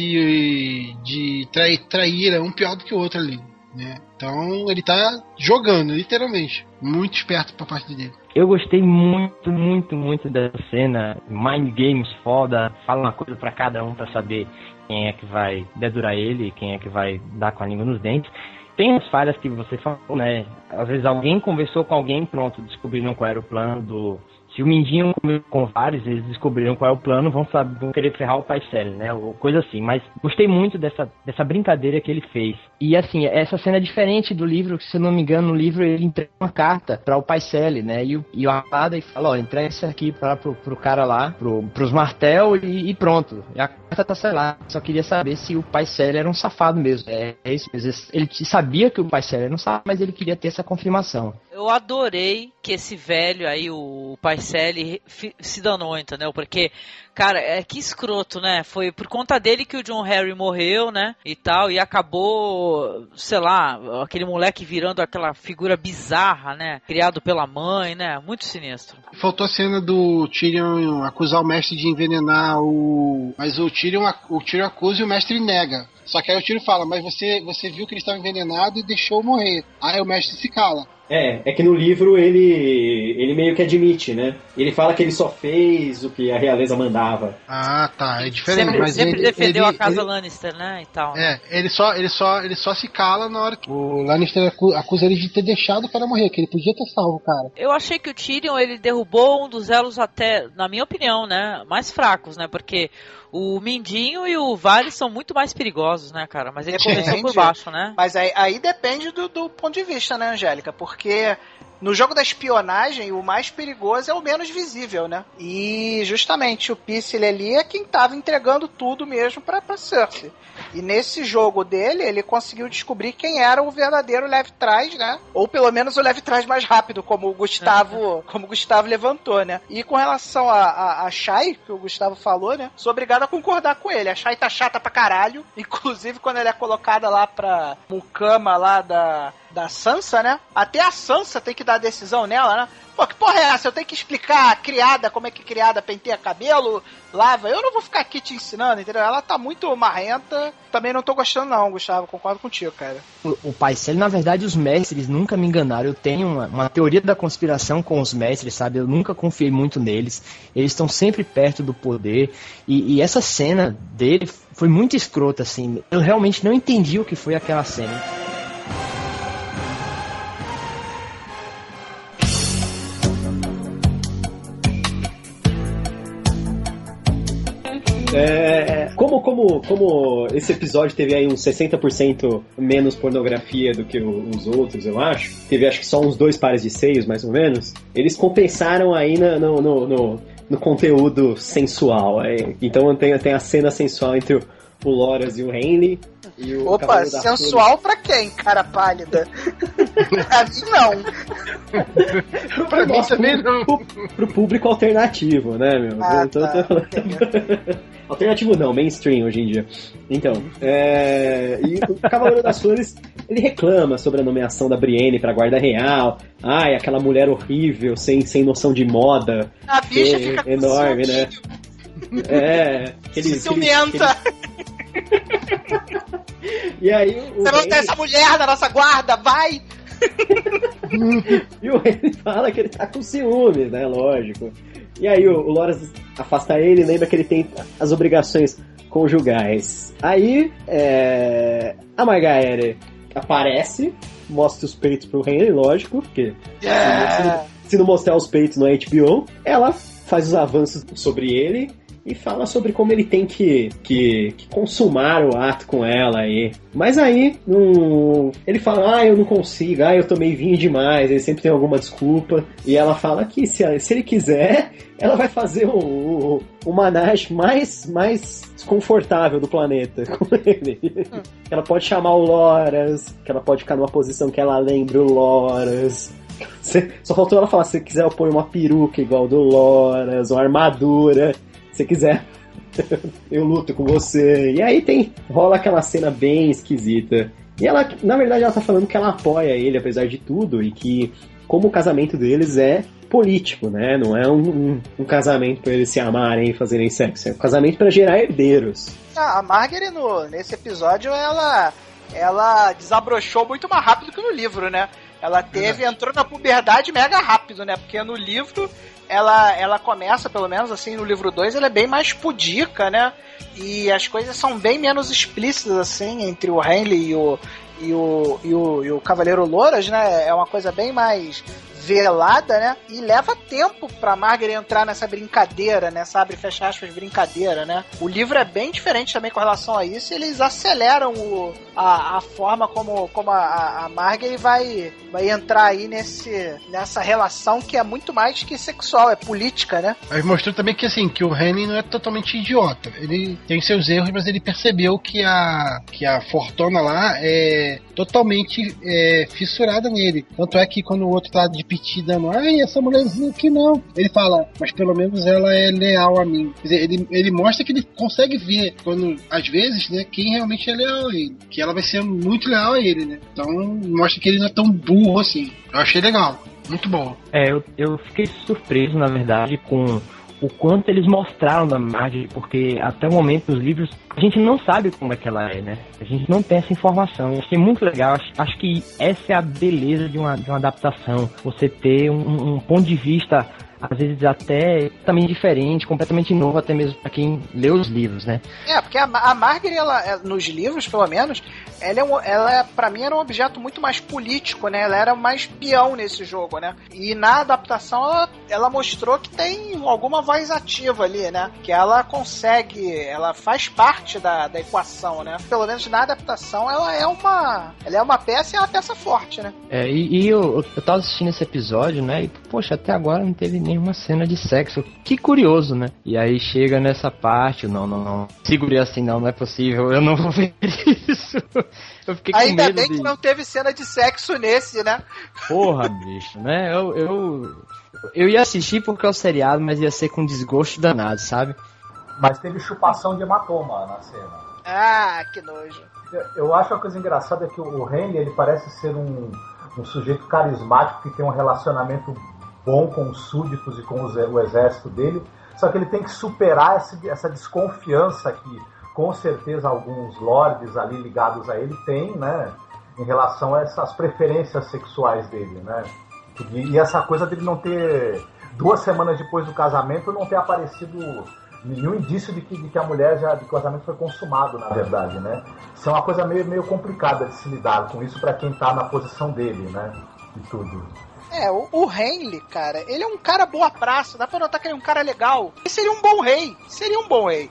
de, de trai, traíra, um pior do que o outro ali, né? Então ele tá jogando, literalmente. Muito esperto pra parte dele. Eu gostei muito, muito, muito dessa cena. Mind games foda. Fala uma coisa pra cada um pra saber quem é que vai dedurar ele, quem é que vai dar com a língua nos dentes. Tem as falhas que você falou, né? Às vezes alguém conversou com alguém, pronto, descobriram qual era o plano do... Se o Mindinho conversou com vários, eles descobriram qual é o plano, vão, saber, vão querer ferrar o Pacelli, né? Ou coisa assim. Mas gostei muito dessa, dessa brincadeira que ele fez. E assim, essa cena é diferente do livro, que se eu não me engano, no livro ele entrega uma carta para o Pacelli, né? E o, e o Armada e fala, ó, entrega isso aqui pra, pro, pro cara lá, pro, pros Martel e, e pronto. E a carta tá selada. Só queria saber se o Pacelli era um safado mesmo. É, é isso mesmo. Ele sabia que o Pacelli era um safado, mas ele queria ter essa confirmação. Eu adorei que esse velho aí, o Pacelli, se danou, entendeu? Porque, cara, é que escroto, né? Foi por conta dele que o John Harry morreu, né? E tal, e acabou, sei lá, aquele moleque virando aquela figura bizarra, né? Criado pela mãe, né? Muito sinistro. Faltou a cena do Tyrion acusar o mestre de envenenar o... Mas o Tyrion, o Tyrion acusa e o mestre nega. Só que aí o Tyrion fala, mas você, você viu que ele estava envenenado e deixou morrer. Aí o mestre se cala. É, é que no livro ele ele meio que admite, né? Ele fala que ele só fez o que a realeza mandava. Ah, tá, é diferente. Sempre, mas sempre ele, defendeu ele, a casa ele, Lannister, né? E tal. É, ele só, ele, só, ele só se cala na hora que o Lannister acusa ele de ter deixado o cara morrer, que ele podia ter salvo o cara. Eu achei que o Tyrion, ele derrubou um dos elos até, na minha opinião, né? Mais fracos, né? Porque o Mindinho e o Varys são muito mais perigosos, né, cara? Mas ele começou por baixo, né? Mas aí, aí depende do, do ponto de vista, né, Angélica? Porque no jogo da espionagem, o mais perigoso é o menos visível, né? E justamente o Pycelle ali é quem tava entregando tudo mesmo pra, pra Cersei. E nesse jogo dele, ele conseguiu descobrir quem era o verdadeiro leve trás, né? Ou pelo menos o leve trás mais rápido, como o Gustavo, como o Gustavo levantou, né? E com relação a, a, a Shai, que o Gustavo falou, né? Sou obrigado a concordar com ele. A Shai tá chata pra caralho. Inclusive, quando ela é colocada lá pra mucama lá da... da Sansa, né? Até a Sansa tem que dar decisão nela, né? Pô, que porra é essa? Eu tenho que explicar a criada como é que criada penteia cabelo, lava. Eu não vou ficar aqui te ensinando, entendeu? Ela tá muito marrenta. Também não tô gostando não, Gustavo. Concordo contigo, cara. O, o Pacelli, na verdade, os mestres nunca me enganaram. Eu tenho uma, uma teoria da conspiração com os mestres, sabe? Eu nunca confiei muito neles. Eles estão sempre perto do poder. E, e essa cena dele foi muito escrota, assim. Eu realmente não entendi o que foi aquela cena. É, como, como, como esse episódio teve aí uns sessenta por cento menos pornografia do que o, os outros, eu acho, teve acho que só uns dois pares de seios, mais ou menos, eles compensaram aí no, no, no, no, no conteúdo sensual. Aí. Então tem, tem a cena sensual entre o, o Loras e o Henley. E o Opa, sensual pra quem, cara pálida? Pra mim não. Pra mim também não. Pro, pro público alternativo, né, meu? Ah, tô, tá. tô... Alternativo não, mainstream hoje em dia. Então, é... e o Cavaleiro das Flores, ele reclama sobre a nomeação da Brienne pra Guarda Real. Ai, aquela mulher horrível, sem, sem noção de moda. A bicha fica com enorme, né? É, aquele... ciumenta. Aquele... E aí o Você não Henry... tem essa mulher na nossa guarda, vai! E o Henry fala que ele tá com ciúmes, né? Lógico. E aí o, o Loras afasta ele e lembra que ele tem as obrigações conjugais. Aí é... a Margaery aparece, mostra os peitos pro Henry, lógico, porque Yeah. se, se não mostrar os peitos no H B O, ela faz os avanços sobre ele e fala sobre como ele tem que, que, que consumar o ato com ela aí. Mas aí, um, ele fala, ah, eu não consigo, ah, eu tomei vinho demais, ele sempre tem alguma desculpa. E ela fala que se, se ele quiser, ela vai fazer o, o, o manage mais, mais desconfortável do planeta com ele. Hum. Ela pode chamar o Loras, que ela pode ficar numa posição que ela lembre o Loras. Só faltou ela falar, se quiser eu ponho uma peruca igual do Loras, uma armadura... Se quiser, eu luto com você. E aí tem, rola aquela cena bem esquisita. E ela, na verdade, ela tá falando que ela apoia ele, apesar de tudo, e que, como o casamento deles é político, né? Não é um, um, um casamento pra eles se amarem e fazerem sexo. É um casamento pra gerar herdeiros. Ah, a Margaery, no, nesse episódio, ela, ela desabrochou muito mais rápido que no livro, né? Ela teve, é. entrou na puberdade mega rápido, né? Porque no livro... Ela, ela começa, pelo menos assim, no livro dois, ela é bem mais pudica, né? E as coisas são bem menos explícitas, assim, entre o Henley e o, e o, e o, e o Cavaleiro Loras, né? É uma coisa bem mais velada, né? E leva tempo pra Margaery entrar nessa brincadeira, nessa abre e fecha aspas brincadeira, né? O livro é bem diferente também com relação a isso, e eles aceleram o, a, a forma como, como a, a Margaery vai, vai entrar aí nesse, nessa relação que é muito mais que sexual, é política, né? Mas mostrou também que assim, que o Henry não é totalmente idiota. Ele tem seus erros, mas ele percebeu que a, que a Fortuna lá é totalmente é, fissurada nele. Tanto é que quando o outro tá de piti dando, ai, essa mulherzinha aqui não. Ele fala, mas pelo menos ela é leal a mim. Quer dizer, ele, ele mostra que ele consegue ver, quando, às vezes, né, quem realmente é leal a ele. Que ela vai ser muito leal a ele, né? Então, mostra que ele não é tão burro assim. Eu achei legal. Muito bom. É, eu, eu fiquei surpreso, na verdade, com o quanto eles mostraram da Margaery, porque até o momento dos livros a gente não sabe como é que ela é, né? A gente não tem essa informação. Eu achei muito legal. Acho, acho que essa é a beleza de uma, de uma adaptação. Você ter um, um ponto de vista, às vezes até também diferente, completamente novo, até mesmo para quem lê os livros, né? É, porque a, a Margaery, ela, nos livros, pelo menos, ela, é um, ela pra mim era um objeto muito mais político, né? Ela era mais peão nesse jogo, né? E na adaptação ela, ela mostrou que tem alguma voz ativa ali, né? Que ela consegue, ela faz parte da, da equação, né? Pelo menos na adaptação ela é uma, ela é uma peça e é uma peça forte, né? É, e, e eu, eu tava assistindo esse episódio, né? E, poxa, até agora não teve nenhuma cena de sexo. Que curioso, né? E aí chega nessa parte, não, não, não. Segurei assim, não, não é possível, eu não vou ver isso. Eu fiquei com Ainda medo bem de... que não teve cena de sexo nesse, né? Porra, bicho, né? Eu, eu, eu ia assistir porque é o seriado, mas ia ser com desgosto danado, sabe? Mas teve chupação de hematoma na cena. Ah, que nojo. Eu acho uma coisa engraçada que o Henry, ele parece ser um, um sujeito carismático que tem um relacionamento bom com os súditos e com os, o exército dele, só que ele tem que superar essa, essa desconfiança que com certeza alguns lords ali ligados a ele têm, né, em relação a essas preferências sexuais dele, né, e, e essa coisa dele não ter, duas semanas depois do casamento, não ter aparecido nenhum indício de que, de que a mulher já, de que o casamento foi consumado, na verdade, né, isso é uma coisa meio, meio complicada de se lidar com isso para quem tá na posição dele, né, de tudo. É, o, o Henley, cara, ele é um cara boa praça, dá pra notar que ele é um cara legal. Ele seria um bom rei, seria um bom rei.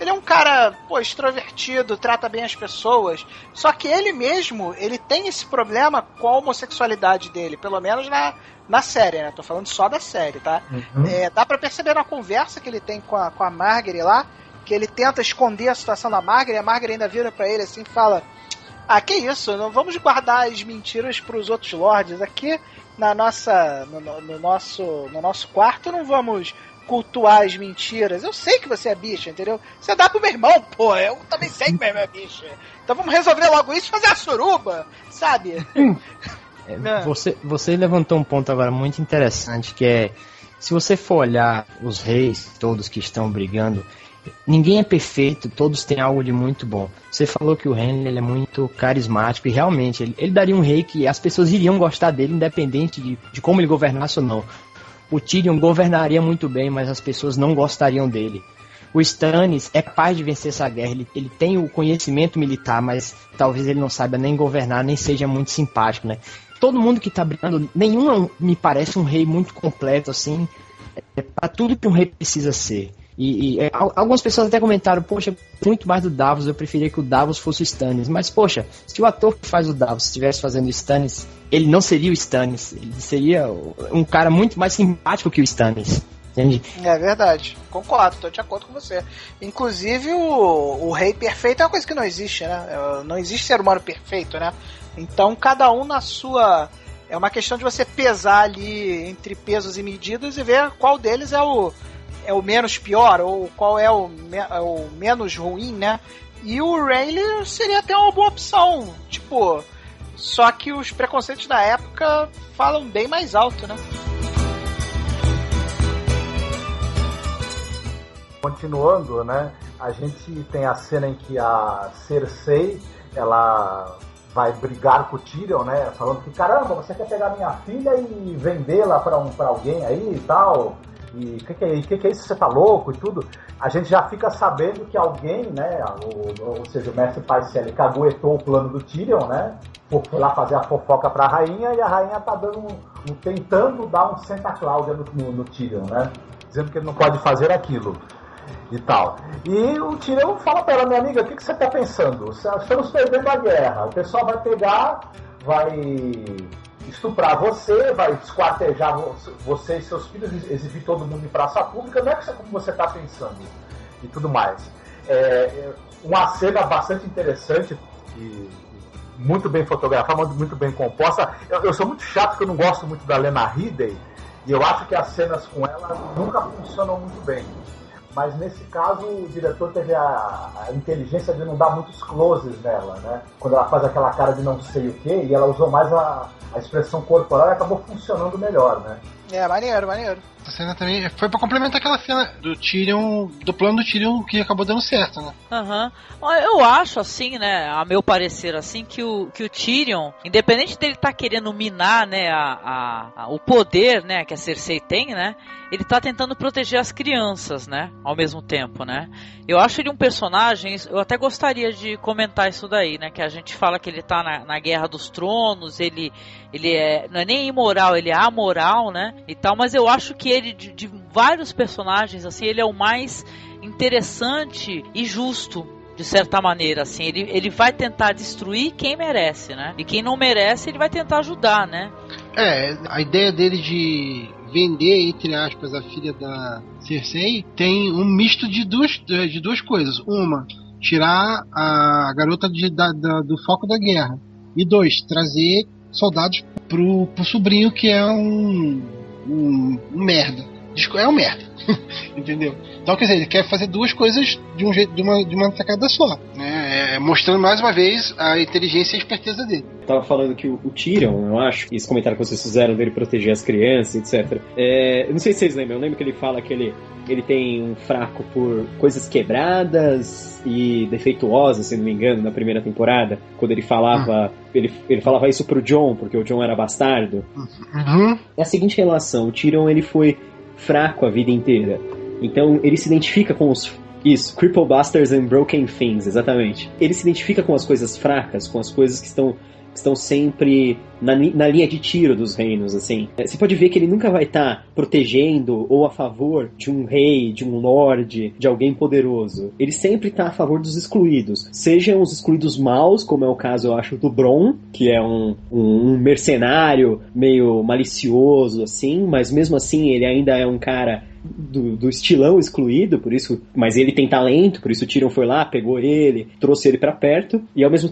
ele é um cara, pô, extrovertido, trata bem as pessoas, só que ele mesmo, ele tem esse problema com a homossexualidade dele, pelo menos na, na série, né? Tô falando só da série, tá? Uhum. É, dá pra perceber na conversa que ele tem com a, com a Margaery lá, que ele tenta esconder a situação da Margaery, a Margaery ainda vira pra ele assim e fala: ah, que isso, não vamos guardar as mentiras pros outros lords, aqui na nossa, no, no, nosso, no nosso quarto não vamos cultuar as mentiras. Eu sei que você é bicha, entendeu? Você dá pro meu irmão, pô, eu também sei que meu irmão é bicha. Então vamos resolver logo isso e fazer a suruba, sabe? É, você, você levantou um ponto agora muito interessante, que é, se você for olhar os reis todos que estão brigando, ninguém é perfeito, todos têm algo de muito bom. Você falou que o Renly, ele é muito carismático, e realmente, ele, ele daria um rei que as pessoas iriam gostar dele, independente de, de como ele governasse ou não. O Tyrion governaria muito bem, mas as pessoas não gostariam dele. O Stannis é capaz de vencer essa guerra, ele, ele tem o conhecimento militar, mas talvez ele não saiba nem governar, nem seja muito simpático, né? Todo mundo que tá brigando, nenhum me parece um rei muito completo, assim, é para tudo que um rei precisa ser. E, e é, algumas pessoas até comentaram: poxa, muito mais do Davos, eu preferia que o Davos fosse o Stannis. Mas poxa, se o ator que faz o Davos estivesse fazendo o Stannis, ele não seria o Stannis, ele seria um cara muito mais simpático que o Stannis, entende? É verdade, concordo, estou de acordo com você. Inclusive o, o rei perfeito é uma coisa que não existe, né? Não existe ser humano perfeito, né? Então cada um na sua... É uma questão de você pesar ali entre pesos e medidas e ver qual deles é o é o menos pior, ou qual é o, me, é o menos ruim, né? E o Renly seria até uma boa opção, tipo, só que os preconceitos da época falam bem mais alto, né? Continuando, né? A gente tem a cena em que a Cersei, ela vai brigar com o Tyrion, né? Falando que, caramba, você quer pegar minha filha e vendê-la pra, um, pra alguém aí e tal... E o que, que, é, que, que é isso? Você tá louco e tudo? A gente já fica sabendo que alguém, né? Ou, ou seja, o mestre Pycelle caguetou o plano do Tyrion, né? Foi lá fazer a fofoca pra rainha, e a rainha tá dando um, um, tentando dar um Santa Cláudia no, no, no Tyrion, né? Dizendo que ele não pode fazer aquilo e tal. E o Tyrion fala pra ela: minha amiga, o que, que você tá pensando? Estamos perdendo a guerra, o pessoal vai pegar, vai estuprar você, vai esquartejar você e seus filhos, exibir todo mundo em praça pública, não é como você está pensando e tudo mais. É uma cena bastante interessante e muito bem fotografada, muito bem composta. Eu, eu sou muito chato porque eu não gosto muito da Lena Headey e eu acho que as cenas com ela nunca funcionam muito bem. Mas nesse caso o diretor teve a, a inteligência de não dar muitos closes nela, né? Quando ela faz aquela cara de não sei o que, e ela usou mais a, a expressão corporal e acabou funcionando melhor, né? É, maneiro, maneiro. A cena também foi pra complementar aquela cena do Tyrion, do plano do Tyrion que acabou dando certo, né? Aham. Uhum. Eu acho, assim, né, a meu parecer, assim, que o, que o Tyrion, independente dele estar tá querendo minar, né, a, a, a, o poder, né, que a Cersei tem, né, ele tá tentando proteger as crianças, né, ao mesmo tempo, né. Eu acho ele um personagem, eu até gostaria de comentar isso daí, né, que a gente fala que ele tá na, na Guerra dos Tronos, ele, ele é, não é nem imoral, ele é amoral, né, e tal, mas eu acho que ele, de, de vários personagens, assim, ele é o mais interessante e justo, de certa maneira, assim, ele, ele vai tentar destruir quem merece, né, e quem não merece, ele vai tentar ajudar, né. É, a ideia dele de vender, entre aspas, a filha da Cersei tem um misto de duas, de duas coisas. Uma, tirar a garota de, da, da, do foco da guerra, e dois, trazer soldados pro, pro sobrinho, que é um, um, um merda. É um merda. Entendeu? Então, quer dizer, ele quer fazer duas coisas de um jeito, de uma, de uma tacada só, né? É, mostrando mais uma vez a inteligência e a esperteza dele. Tava falando que o, o Tyrion, eu acho, esse comentário que vocês fizeram dele proteger as crianças, etcétera. É, eu não sei se vocês lembram, eu lembro que ele fala que ele, ele tem um fraco por coisas quebradas e defeituosas, se não me engano, na primeira temporada, quando ele falava, hum. ele, ele falava isso pro Jon, porque o Jon era bastardo. Uhum. É a seguinte relação: o Tyrion, ele foi fraco a vida inteira, então ele se identifica com os... Isso, Cripple Bastards and Broken Things, exatamente. Ele se identifica com as coisas fracas, com as coisas que estão estão sempre na, na linha de tiro dos reinos, assim. Você pode ver que ele nunca vai estar tá protegendo ou a favor de um rei, de um lorde, de alguém poderoso. Ele sempre está a favor dos excluídos. Sejam os excluídos maus, como é o caso, eu acho, do Bronn, que é um, um, um mercenário meio malicioso, assim, mas mesmo assim ele ainda é um cara Do, do estilão excluído, por isso, mas ele tem talento, por isso o Tyrion foi lá, pegou ele, trouxe ele pra perto, e ao mesmo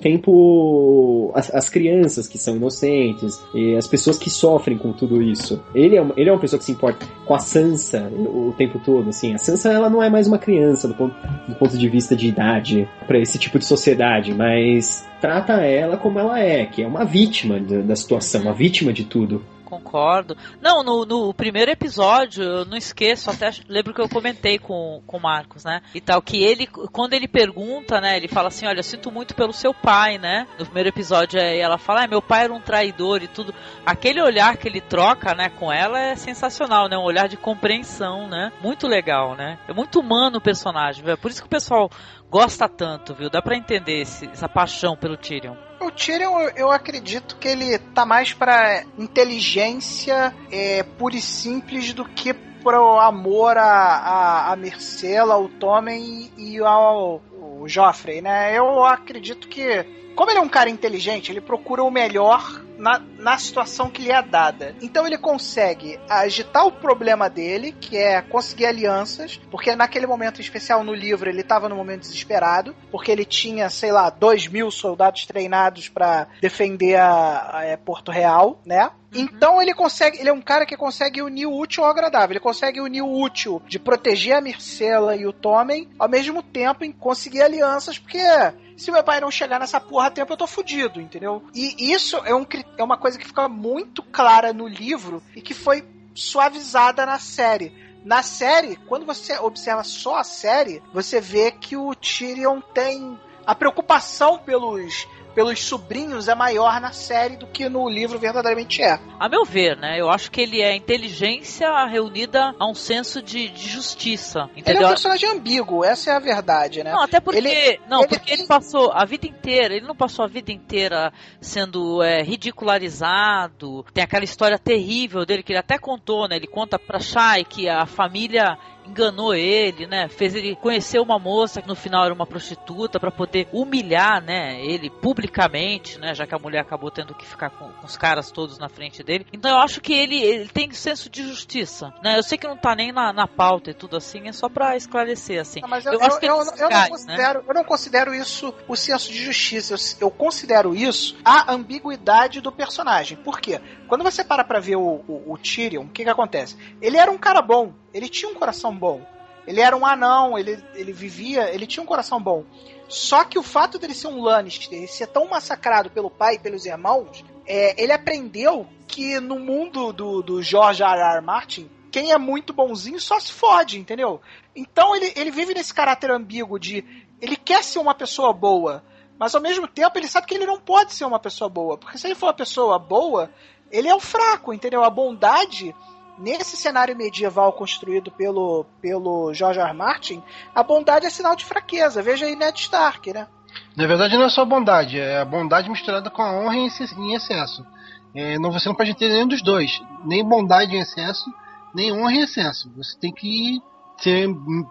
tempo as, as crianças que são inocentes, e as pessoas que sofrem com tudo isso. Ele é, uma, ele é uma pessoa que se importa com a Sansa o, o tempo todo, assim. A Sansa, ela não é mais uma criança do ponto, do ponto de vista de idade pra esse tipo de sociedade, mas trata ela como ela é, que é uma vítima da, da situação, uma vítima de tudo. Concordo. Não, no, no primeiro episódio, eu não esqueço, até lembro que eu comentei com, com o Marcos, né? E tal, que ele, quando ele pergunta, né? Ele fala assim, olha, eu sinto muito pelo seu pai, né? No primeiro episódio, ela fala, ah, meu pai era um traidor e tudo. Aquele olhar que ele troca, né, com ela é sensacional, né? Um olhar de compreensão, né? Muito legal, né? É muito humano o personagem, viu? É por isso que o pessoal gosta tanto, viu? Dá pra entender esse, essa paixão pelo Tyrion. O Tyrion, eu acredito que ele tá mais pra inteligência é, pura e simples do que pro amor a, a, a Myrcella, ao Tommen e, e ao o Joffrey, né? Eu acredito que, como ele é um cara inteligente, ele procura o melhor na, na situação que lhe é dada. Então ele consegue agitar o problema dele, que é conseguir alianças, porque naquele momento especial no livro ele estava num momento desesperado, porque ele tinha, sei lá, dois mil soldados treinados para defender a, a, a Porto Real, né? Uhum. Então ele consegue, ele é um cara que consegue unir o útil ao agradável. Ele consegue unir o útil de proteger a Myrcella e o Tommen, ao mesmo tempo em conseguir alianças, porque se meu pai não chegar nessa porra a tempo, eu tô fudido, entendeu? E isso é, um, é uma coisa que fica muito clara no livro e que foi suavizada na série. Na série, quando você observa só a série, você vê que o Tyrion tem a preocupação pelos... pelos sobrinhos é maior na série do que no livro verdadeiramente é. A meu ver, né? Eu acho que ele é inteligência reunida a um senso de, de justiça. Entendeu? Ele é um personagem ambíguo, essa é a verdade, né? Não, até porque ele, não, ele, porque ele passou a vida inteira, ele não passou a vida inteira sendo é, ridicularizado. Tem aquela história terrível dele que ele até contou, né? Ele conta pra Shai que a família enganou ele, né? Fez ele conhecer uma moça que no final era uma prostituta para poder humilhar, né? Ele publicamente, né? Já que a mulher acabou tendo que ficar com, com os caras todos na frente dele. Então eu acho que ele, ele tem senso de justiça, né? Eu sei que não tá nem na, na pauta e tudo assim, é só pra esclarecer, assim. Não, mas eu, eu, eu, acho que eu, eu, eu, cai, não considero, né? eu não considero isso o senso de justiça. Eu, eu considero isso a ambiguidade do personagem. Por quê? Quando você para pra ver o, o, o Tyrion, o que que acontece? Ele era um cara bom. Ele tinha um coração bom. Ele era um anão, ele, ele vivia, ele tinha um coração bom. Só que o fato dele ser um Lannister, ele ser tão massacrado pelo pai e pelos irmãos, é, ele aprendeu que no mundo do, do George R R. Martin, quem é muito bonzinho só se fode, entendeu? Então ele, ele vive nesse caráter ambíguo de... Ele quer ser uma pessoa boa, mas ao mesmo tempo ele sabe que ele não pode ser uma pessoa boa. Porque se ele for uma pessoa boa, ele é o fraco, entendeu? A bondade... Nesse cenário medieval construído pelo, pelo George R R. Martin, a bondade é sinal de fraqueza. Veja aí Ned Stark, né? Na verdade não é só bondade, é a bondade misturada com a honra em excesso. É, não, você não pode ter nenhum dos dois. Nem bondade em excesso, nem honra em excesso. Você tem que ter,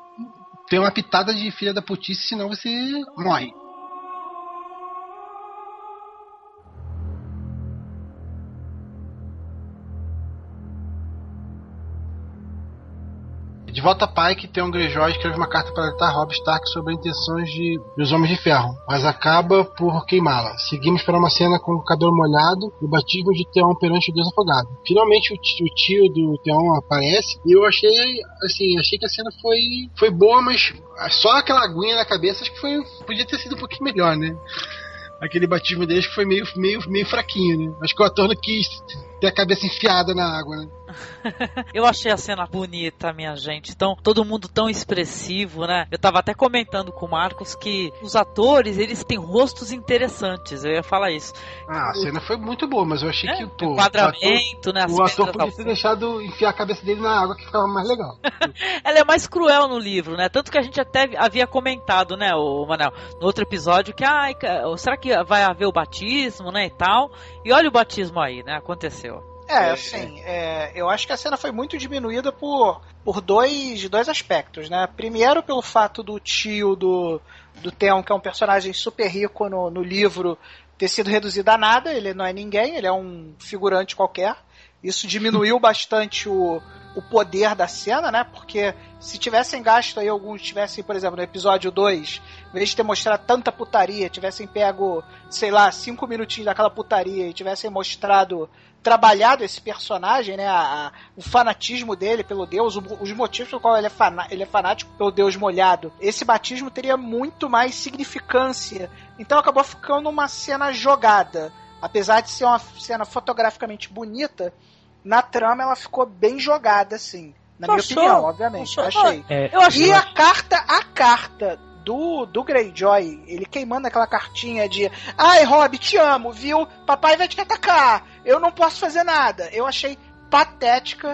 ter uma pitada de filha da putice, senão você morre. De volta a Pike, tem um Greyjoy escreve uma carta para alertar Robb Stark sobre as intenções de, dos Homens de Ferro, mas acaba por queimá-la. Seguimos para uma cena com o cabelo molhado e o batismo de Theon perante o Deus afogado. Finalmente o tio, o tio do Theon aparece e eu achei, assim, achei que a cena foi, foi boa, mas só aquela aguinha na cabeça acho que foi, podia ter sido um pouquinho melhor, né? Aquele batismo deles foi meio, meio, meio fraquinho, né? Acho que o ator não quis ter a cabeça enfiada na água, né? Eu achei a cena bonita, minha gente. Então, todo mundo tão expressivo, né? Eu tava até comentando com o Marcos que os atores, eles têm rostos interessantes. Eu ia falar isso. Ah, a cena foi muito boa, mas eu achei é, que, pô, enquadramento, o ator, né? o ator podia ter deixado enfiar a cabeça dele na água, que ficava mais legal. Ela é mais cruel no livro, né? Tanto que a gente até havia comentado, né, o Manel, no outro episódio, que, ai, será que vai haver o batismo, né, e tal? E olha o batismo aí, né? Aconteceu. É, assim, é, eu acho que a cena foi muito diminuída por, por dois, dois aspectos, né? Primeiro, pelo fato do tio do, do Theon, que é um personagem super rico no, no livro, ter sido reduzido a nada. Ele não é ninguém, ele é um figurante qualquer. Isso diminuiu bastante o, o poder da cena, né? Porque se tivessem gasto aí, alguns tivessem, por exemplo, no episódio dois, em vez de ter mostrado tanta putaria, tivessem pego, sei lá, cinco minutinhos daquela putaria e tivessem mostrado, trabalhado esse personagem, né? A, a, o fanatismo dele pelo Deus, o, os motivos pelo qual ele é, fana, ele é fanático pelo Deus molhado. Esse batismo teria muito mais significância. Então acabou ficando uma cena jogada. Apesar de ser uma cena fotograficamente bonita, na trama ela ficou bem jogada, assim. Na minha Achou? opinião, obviamente. Eu achei. É, eu achei. E a carta, a carta do, do Greyjoy, ele queimando aquela cartinha de ai, Robb, te amo, viu? Papai vai te atacar. Eu não posso fazer nada. Eu achei patética.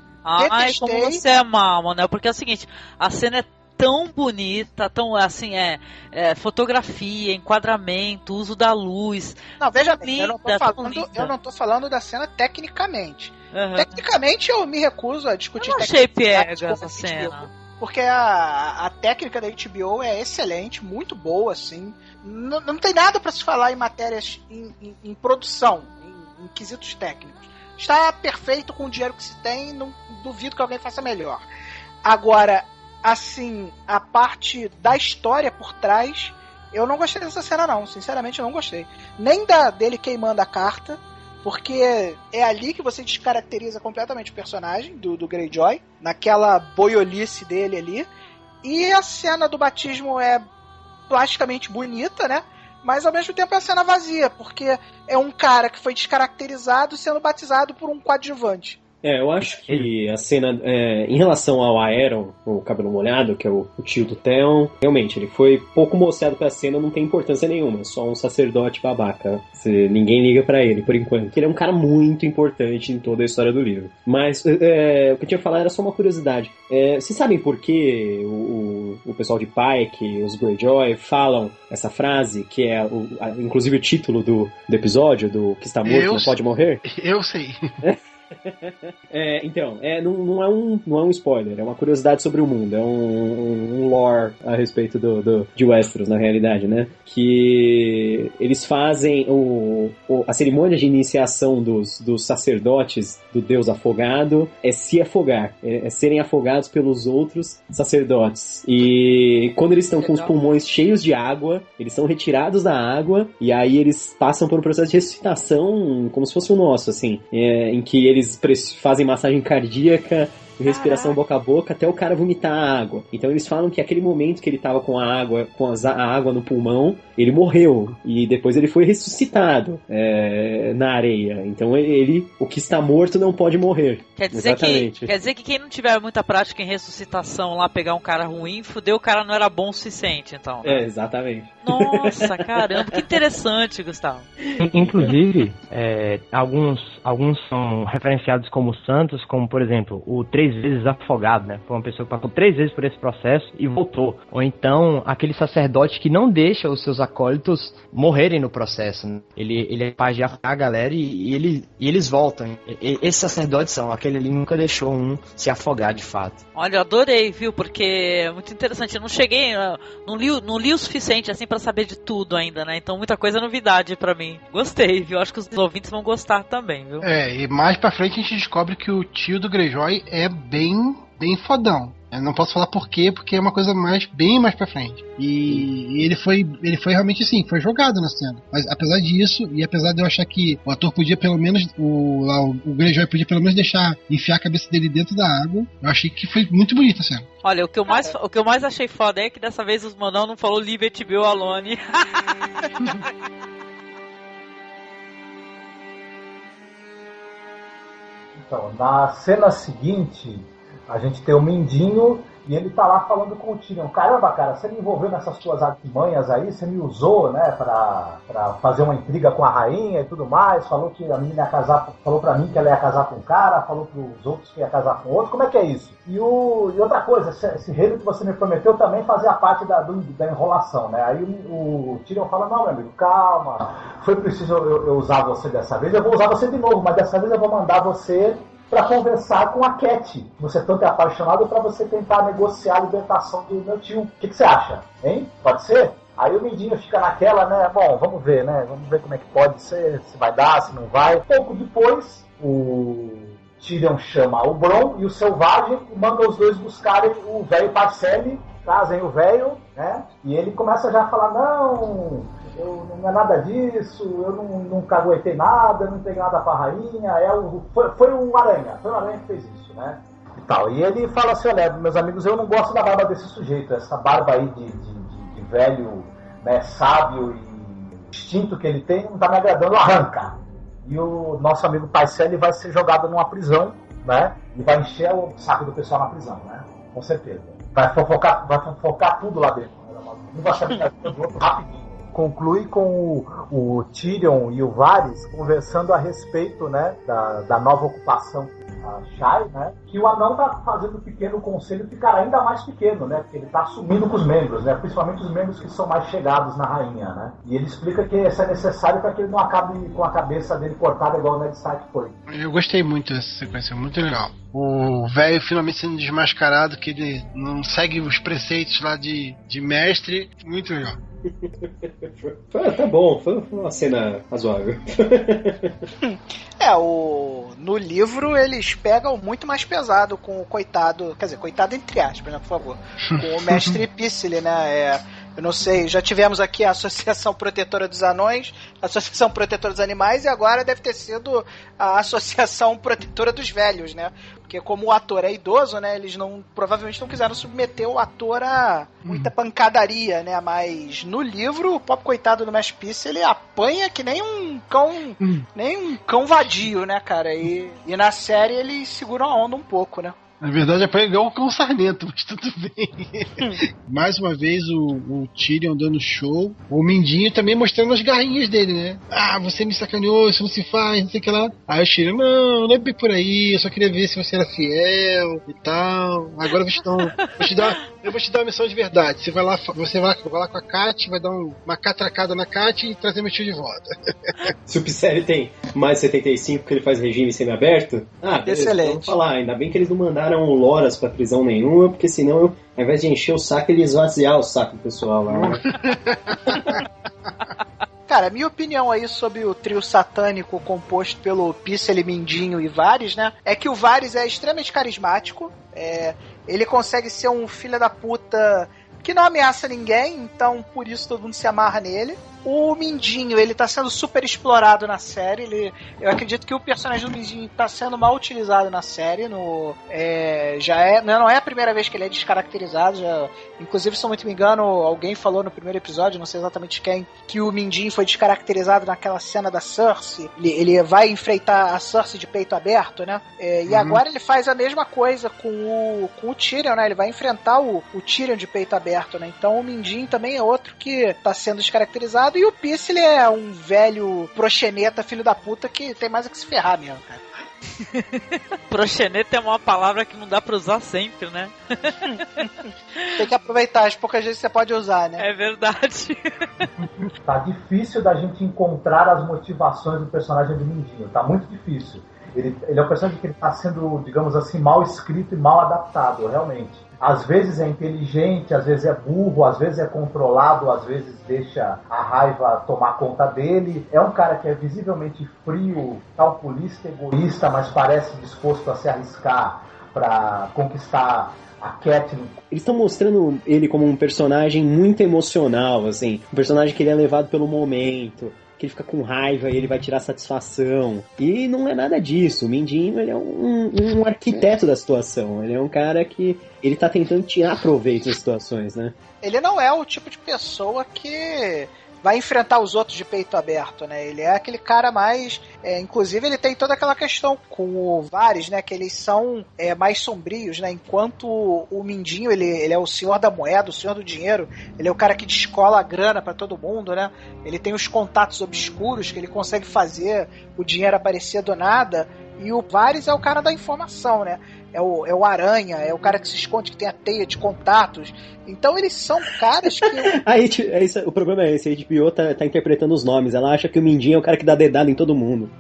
Ai, Detestei. como você é mal, Manel. Porque é o seguinte, a cena é tão bonita, tão assim, é, é fotografia, enquadramento, uso da luz. Não, veja bem, linda, eu, não tô falando, linda. eu não tô falando da cena tecnicamente. Uhum. Tecnicamente eu me recuso a discutir Eu não achei tecnicamente pega com essa a cena. H B O, porque a, a técnica da H B O é excelente, muito boa, assim. Não, não tem nada para se falar em matérias em, em, em produção, em, em quesitos técnicos. Está perfeito com o dinheiro que se tem, não duvido que alguém faça melhor. Agora, assim, a parte da história por trás, eu não gostei dessa cena não, sinceramente eu não gostei. Nem da dele queimando a carta, porque é ali que você descaracteriza completamente o personagem do, do Greyjoy, naquela boiolice dele ali. E a cena do batismo é plasticamente bonita, né? Mas ao mesmo tempo é uma cena vazia, porque é um cara que foi descaracterizado sendo batizado por um coadjuvante. É, eu acho que a cena, é, em relação ao Aeron, o cabelo molhado, que é o, o tio do Theon, realmente, ele foi pouco mostrado pra cena, não tem importância nenhuma, é só um sacerdote babaca. Se, ninguém liga pra ele, por enquanto. Ele é um cara muito importante em toda a história do livro. Mas é, o que eu tinha que falar era só uma curiosidade. É, vocês sabem por que o, o pessoal de Pike, os Greyjoy, falam essa frase, que é o, a, inclusive o título do, do episódio, do que está morto Eu não pode morrer? Eu sei. É, então, é, não, não, é um, não é um spoiler, é uma curiosidade sobre o mundo, é um, um, um lore a respeito do, do, de Westeros, na realidade, né? Que eles fazem o, o, a cerimônia de iniciação dos, dos sacerdotes do deus afogado é se afogar, é, é serem afogados pelos outros sacerdotes. E quando eles estão com os pulmões cheios de água, eles são retirados da água e aí eles passam por um processo de ressuscitação como se fosse o nosso, assim, é, em que eles Eles fazem massagem cardíaca, respiração boca a boca, até o cara vomitar a água. Então eles falam que aquele momento que ele tava com a água, com a água no pulmão, ele morreu. E depois ele foi ressuscitado é, na areia. Então ele, o que está morto não pode morrer. Quer dizer, que, quer dizer que quem não tiver muita prática em ressuscitação lá, pegar um cara ruim, fudeu, o cara não era bom o suficiente, então. Né? É, exatamente. Nossa, caramba, que interessante, Gustavo. Inclusive, é, alguns, alguns são referenciados como santos, como, por exemplo, o três vezes afogado, né? Foi uma pessoa que passou três vezes por esse processo e voltou. Ou então, aquele sacerdote que não deixa os seus acólitos morrerem no processo, né? Ele, ele é capaz de afogar a galera e, e, ele, e eles voltam. E, esses sacerdotes são, aquele ali nunca deixou um se afogar de fato. Olha, eu adorei, viu? Porque é muito interessante. Eu não cheguei, não li, não li o suficiente assim pra saber de tudo ainda, né? Então muita coisa é novidade pra mim. Gostei, viu? Acho que os ouvintes vão gostar também, viu? É, e mais pra frente a gente descobre que o tio do Greyjoy é bem, bem fodão. Eu não posso falar por quê, porque é uma coisa mais, bem mais pra frente. E ele foi, ele foi realmente assim, foi jogado na cena. Mas apesar disso, e apesar de eu achar que o ator podia pelo menos, o, lá, o Greyjoy podia pelo menos deixar, enfiar a cabeça dele dentro da água, eu achei que foi muito bonita a cena. Olha, o que eu mais, o que eu mais achei foda é que dessa vez os Manão não falou Leave It Be Alone. Então, na cena seguinte, a gente tem o Mindinho e ele tá lá falando com o Tyrion. Caramba, cara, você me envolveu nessas suas artimanhas aí, você me usou, né, pra, pra fazer uma intriga com a rainha e tudo mais, falou que a menina ia casar, falou pra mim que ela ia casar com um cara, falou pros outros que ia casar com outro, como é que é isso? E, o, e outra coisa, esse, esse reino que você me prometeu também fazia parte da, do, da enrolação, né? Aí o, o Tyrion fala, não, meu amigo, calma, foi preciso eu, eu usar você dessa vez, eu vou usar você de novo, mas dessa vez eu vou mandar você para conversar com a Cat, você tanto é apaixonado, para você tentar negociar a libertação do meu tio. O que, que você acha? Hein? Pode ser? Aí o Mindinho fica naquela, né? Bom, vamos ver, né? Vamos ver como é que pode ser, se vai dar, se não vai. Pouco depois, o Tyrion chama o Bronn e o Selvagem e manda os dois buscarem o velho Parcelli, trazem o velho, né? E ele começa já a falar, não... Eu, não é nada disso, eu não, nunca aguentei nada, não tenho nada pra rainha, é o, foi, foi um aranha, foi um aranha que fez isso, né? E, tal. E ele fala assim, olha, meus amigos, eu não gosto da barba desse sujeito, essa barba aí de, de, de, de velho, né, sábio e instinto que ele tem, não tá me agradando, arranca. E o nosso amigo Parcelli vai ser jogado numa prisão, né? E vai encher o saco do pessoal na prisão, né? Com certeza. Vai fofocar, vai fofocar tudo lá dentro. Não vai saber do outro rapidinho. Conclui com o, o Tyrion e o Varys conversando a respeito, né, da, da nova ocupação a Shai, né, que o anão tá fazendo o pequeno conselho ficar ainda mais pequeno, né, porque ele tá assumindo com os membros, né, principalmente os membros que são mais chegados na rainha, né, e ele explica que isso é necessário para que ele não acabe com a cabeça dele cortada igual o Ned Stark foi. Eu gostei muito dessa sequência, muito legal. O velho finalmente sendo desmascarado, que ele não segue os preceitos lá de, de mestre, muito legal. Foi, tá bom, foi uma cena razoável. É, o, no livro eles pegam muito mais pesado com o coitado, quer dizer, coitado entre aspas, né, por favor, com o mestre Pycelle, né, é, eu não sei, já tivemos aqui a Associação Protetora dos Anões, a Associação Protetora dos Animais e agora deve ter sido a Associação Protetora dos Velhos, né? Porque como o ator é idoso, né, eles não, provavelmente não quiseram submeter o ator a muita pancadaria, né? Mas no livro, o pobre coitado do Mestre Pycelle, ele apanha que nem um cão, hum. nem um cão vadio, né, cara? E, e na série eles seguram a onda um pouco, né? Na verdade, é igual o cão sarnento, mas tudo bem. Mais uma vez, o, o Tyrion dando show. O Mindinho também mostrando as garrinhas dele, né? Ah, você me sacaneou, isso não se faz, não sei o que lá. Aí o Tyrion, não, não é bem por aí, eu só queria ver se você era fiel e tal. Agora eu vou te dar, um, vou te dar, eu vou te dar uma missão de verdade. Você vai lá, você vai, vai lá com a Cat, vai dar um, uma catracada na Cat e trazer meu tio de volta. Se o Pycelle tem mais de setenta e cinco, que ele faz regime semi-aberto, ah, beleza, excelente. Vamos falar, ainda bem que eles não mandaram o Loras pra prisão nenhuma, porque senão, ao invés de encher o saco, ele esvaziar o saco do pessoal lá. Né? Cara, minha opinião aí sobre o trio satânico composto pelo Pycelle, Mindinho e Varys, né, é que o Varys é extremamente carismático, é, ele consegue ser um filho da puta que não ameaça ninguém, então por isso todo mundo se amarra nele. O Mindinho, ele tá sendo super explorado na série. Ele, eu acredito que o personagem do Mindinho tá sendo mal utilizado na série. No, é, já é, não é a primeira vez que ele é descaracterizado. Já, inclusive, se eu não me engano, alguém falou no primeiro episódio, não sei exatamente quem, que o Mindinho foi descaracterizado naquela cena da Cersei. Ele, ele vai enfrentar a Cersei de peito aberto, né? É, e uhum. agora ele faz a mesma coisa com o, com o Tyrion, né? Ele vai enfrentar o, o Tyrion de peito aberto, né? Então o Mindinho também é outro que tá sendo descaracterizado. E o Pycelle é um velho proxeneta, filho da puta, que tem mais a que se ferrar mesmo, cara. Proxeneta é uma palavra que não dá pra usar sempre, né? Tem que aproveitar as poucas vezes que você pode usar, né? É verdade. Tá difícil da gente encontrar as motivações do personagem do Mindinho. Tá muito difícil. Ele, ele é um personagem que está sendo, digamos assim, mal escrito e mal adaptado, realmente. Às vezes é inteligente, às vezes é burro, às vezes é controlado, às vezes deixa a raiva tomar conta dele. É um cara que é visivelmente frio, calculista, egoísta, mas parece disposto a se arriscar para conquistar a Catelyn. Eles estão mostrando ele como um personagem muito emocional, assim, um personagem que ele é levado pelo momento, que ele fica com raiva e ele vai tirar satisfação. E não é nada disso. O Mindinho, ele é um, um arquiteto da situação. Ele é um cara que ele tá tentando tirar proveito das situações, né? Ele não é o tipo de pessoa que vai enfrentar os outros de peito aberto, né? Ele é aquele cara mais... É, inclusive, ele tem toda aquela questão com o Varys, né? Que eles são é, mais sombrios, né? Enquanto o Mindinho, ele, ele é o senhor da moeda, o senhor do dinheiro. Ele é o cara que descola a grana pra todo mundo, né? Ele tem os contatos obscuros que ele consegue fazer o dinheiro aparecer do nada. E o Varys é o cara da informação, né? É o, é o Aranha, é o cara que se esconde, que tem a teia de contatos. Então eles são caras que... Aí, é isso, o problema é esse, a H B O tá, tá interpretando os nomes. Ela acha que o Mindinho é o cara que dá dedada em todo mundo.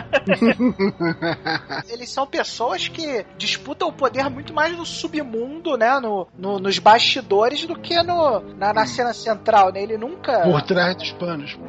Eles são pessoas que disputam o poder muito mais no submundo, né? No, no, nos bastidores do que no, na, na cena central, né? Ele nunca... Por trás dos panos.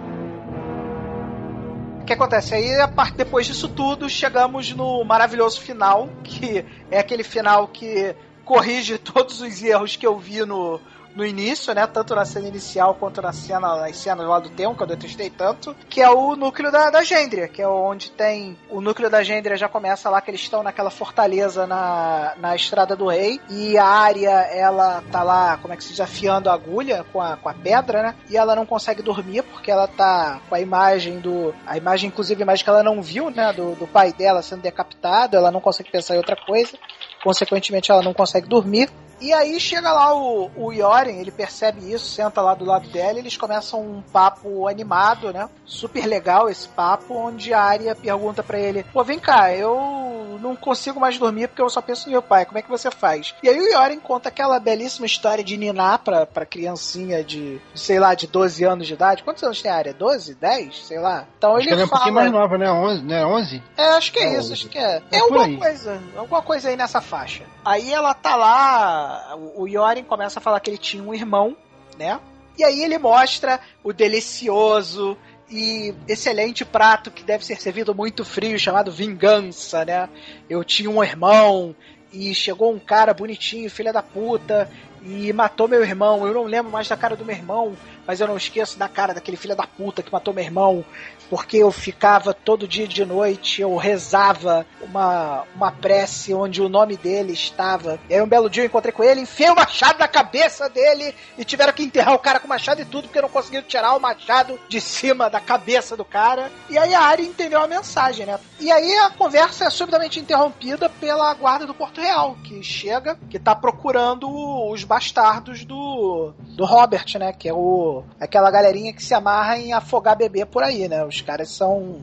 O que acontece? Aí, a parte, depois disso tudo, chegamos no maravilhoso final, que é aquele final que corrige todos os erros que eu vi no, no início, né? Tanto na cena inicial quanto na cena, nas cenas lá do tempo, que eu detestei tanto, que é o núcleo da, da Gendria, que é onde tem... O núcleo da Gendria já começa lá, que eles estão naquela fortaleza na, na Estrada do Rei, e a Arya, ela tá lá, como é que se diz, afiando a agulha com a, com a pedra, né? E ela não consegue dormir, porque ela tá com a imagem do... A imagem, inclusive, a imagem que ela não viu, né? Do, do pai dela sendo decapitado, ela não consegue pensar em outra coisa, consequentemente ela não consegue dormir. E aí chega lá o, o Yoren, ele percebe isso, senta lá do lado dela e eles começam um papo animado, né? Super legal esse papo, onde a Arya pergunta pra ele: pô, vem cá, eu não consigo mais dormir porque eu só penso no meu pai, como é que você faz? E aí o Yoren conta aquela belíssima história de ninar pra, pra criancinha de, sei lá, de doze anos de idade. Quantos anos tem a Arya? doze? dez? Sei lá. Então acho ele que ela é um fala... pouquinho mais nova, né? onze? Né? onze? É, acho que é, é isso, acho que é. É, é alguma aí. coisa, alguma coisa aí nessa faixa. Aí ela tá lá, o Yoren começa a falar que ele tinha um irmão, né? E aí ele mostra o delicioso e excelente prato que deve ser servido muito frio, chamado vingança, né? Eu tinha um irmão e chegou um cara bonitinho, filha da puta, e matou meu irmão. Eu não lembro mais da cara do meu irmão, mas eu não esqueço da cara daquele filho da puta que matou meu irmão, porque eu ficava todo dia de noite, eu rezava uma, uma prece onde o nome dele estava. E aí um belo dia eu encontrei com ele, enfiei o machado na cabeça dele e tiveram que enterrar o cara com o machado e tudo, porque não conseguiram tirar o machado de cima da cabeça do cara. E aí a Arya entendeu a mensagem, né? E aí a conversa é subitamente interrompida pela guarda do Porto Real, que chega, que tá procurando os bastardos do, do Robert, né? Que é o, aquela galerinha que se amarra em afogar bebê por aí, né? Os caras são,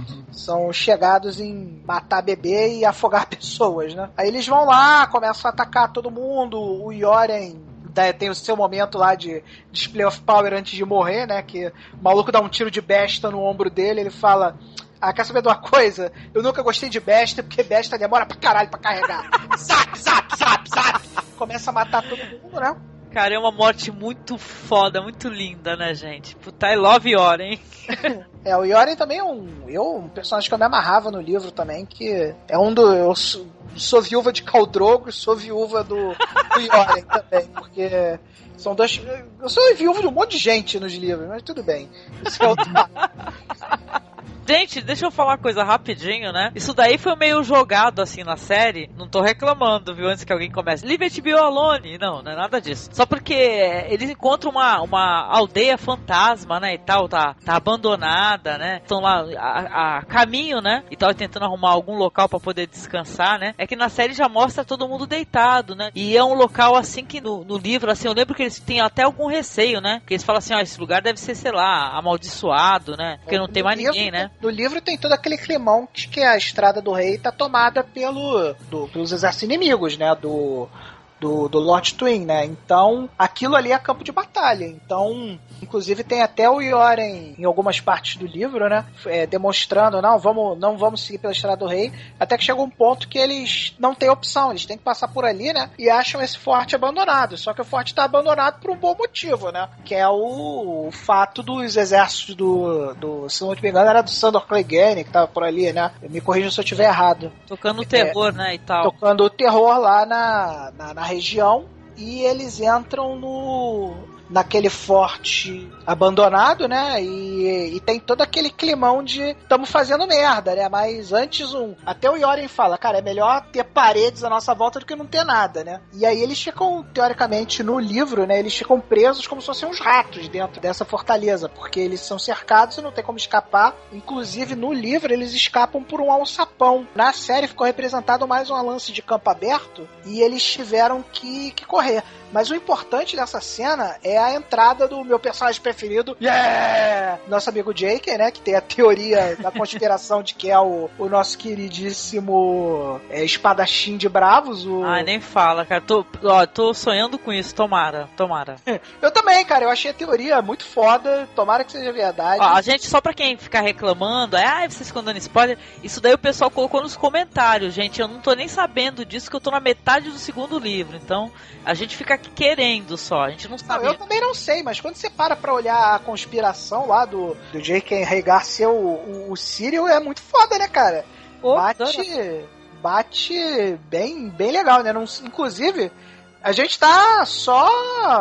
são chegados em matar bebê e afogar pessoas, né? Aí eles vão lá, começam a atacar todo mundo. O Yoren tem o seu momento lá de display of power antes de morrer, né? Que o maluco dá um tiro de besta no ombro dele, ele fala: ah, quer saber de uma coisa? Eu nunca gostei de besta, porque besta demora pra caralho pra carregar. Zap, zap, zap, zap. Começa a matar todo mundo, né? Cara, é uma morte muito foda, muito linda, né, gente? Puta, I love Yoren. É, o Yoren também é um, eu, um personagem que eu me amarrava no livro também, que é um do... Eu sou, sou viúva de Khal Drogo e sou viúva do, do Yoren também, porque são dois... Eu sou viúva de um monte de gente nos livros, mas tudo bem. Isso é outro... Gente, deixa eu falar uma coisa rapidinho, né? Isso daí foi meio jogado assim na série. Não tô reclamando, viu? Antes que alguém comece. Leave H B O alone. Não, não é nada disso. Só porque eles encontram uma, uma aldeia fantasma, né? E tal, tá, tá abandonada, né? Estão lá a, a caminho, né? E tal, tentando arrumar algum local pra poder descansar, né? É que na série já mostra todo mundo deitado, né? E é um local assim que no, no livro, assim, eu lembro que eles têm até algum receio, né? Que eles falam assim, ó, esse lugar deve ser, sei lá, amaldiçoado, né? Porque não tem mais ninguém, né? No livro tem todo aquele climão que a Estrada do Rei tá tomada pelo, do, pelos exércitos inimigos, né? Do, do, do Lord Twin, né? Então, aquilo ali é campo de batalha. Então, inclusive tem até o Yoren em algumas partes do livro, né? É, demonstrando, não, vamos, não vamos seguir pela Estrada do Rei, até que chega um ponto que eles não têm opção, eles têm que passar por ali, né? E acham esse forte abandonado. Só que o forte tá abandonado por um bom motivo, né? Que é o, o fato dos exércitos do, do, se não me engano, era do Sandor Clegane, que tava por ali, né? Me corrija se eu estiver errado. Tocando o terror, é, né, e tal. Tocando o terror lá na, na, na região, e eles entram no... naquele forte abandonado, né? E, e tem todo aquele climão de estamos fazendo merda, né? Mas antes um, até o Yoren fala, cara, é melhor ter paredes à nossa volta do que não ter nada, né? E aí eles ficam, teoricamente, no livro, né? Eles ficam presos como se fossem uns ratos dentro dessa fortaleza, porque eles são cercados e não tem como escapar. Inclusive, no livro, eles escapam por um alçapão. Na série ficou representado mais um lance de campo aberto e eles tiveram que, que correr. Mas o importante dessa cena é a entrada do meu personagem preferido, yeah! Nosso amigo Jake, né? Que tem a teoria da conspiração de que é o, o nosso queridíssimo é, espadachim de Bravos. O... Ai, nem fala, cara. Tô, ó, tô sonhando com isso. Tomara, tomara. Eu também, cara. Eu achei a teoria muito foda. Tomara que seja verdade. Ó, a gente, só pra quem ficar reclamando, é, ah, vocês ficam dando spoiler, isso daí o pessoal colocou nos comentários, gente. Eu não tô nem sabendo disso, que eu tô na metade do segundo livro. Então, a gente fica querendo só, a gente não sabe. Não, eu também não sei, mas quando você para pra olhar a conspiração lá do, do Jake Hagar ser o, o, o Cyril, é muito foda, né, cara? Oh, bate, bate bem, bem legal, né? Não, inclusive, a gente tá só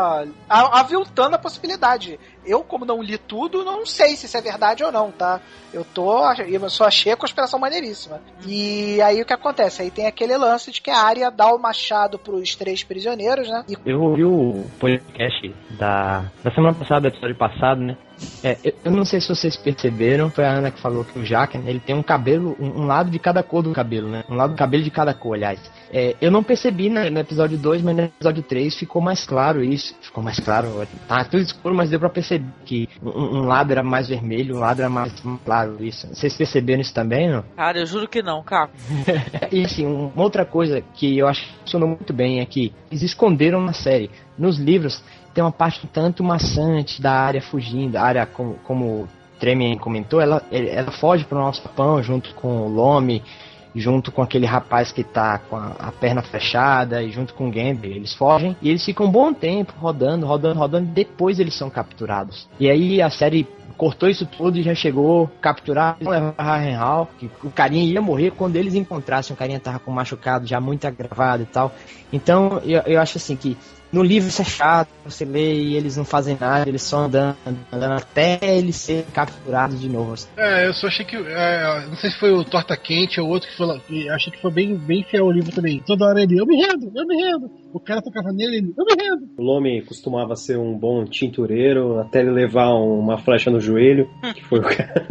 aviltando a possibilidade. Eu, como não li tudo, não sei se isso é verdade ou não, tá? Eu tô. Eu só achei a conspiração maneiríssima. E aí o que acontece? Aí tem aquele lance de que a Arya dá o machado pros três prisioneiros, né? E... Eu ouvi o podcast da, da semana passada, do episódio passado, né? É, eu, eu não sei se vocês perceberam, foi a Ana que falou que o Jaqen, ele tem um cabelo, um, um lado de cada cor do cabelo, né? Um lado do cabelo de cada cor, aliás. É, eu não percebi no, no episódio dois, mas no episódio três ficou mais claro isso. Ficou mais claro, tá tudo escuro, mas deu pra perceber que um, um lado era mais vermelho, um lado era mais claro, isso. Vocês perceberam isso também, não? Cara, eu juro que não, cara. E assim, uma outra coisa que eu acho que funcionou muito bem é que eles esconderam na série. Nos livros tem uma parte um tanto maçante da Arya fugindo. A Arya, como, como o Tremien comentou, ela, ela foge pro nosso pão junto com o Lomi, junto com aquele rapaz que tá com a, a perna fechada, e junto com o Gendry. Eles fogem e eles ficam um bom tempo rodando, rodando, rodando, e depois eles são capturados. E aí a série cortou isso tudo e já chegou capturar, levar Harrenhal, que o carinha ia morrer quando eles encontrassem. O carinha tava com machucado, já muito agravado e tal. Então eu, eu acho assim que no livro isso é chato, você lê e eles não fazem nada, eles só andando, andando até eles serem capturados de novo. É, eu só achei que, é, não sei se foi o Torta Quente ou outro que foi lá, que achei que foi bem, bem fiel ao livro também. Toda hora ele, eu me rendo, eu me rendo. O cara tocava nele, ele, eu me rendo. O Lomi costumava ser um bom tintureiro, até ele levar uma flecha no joelho, que foi o cara.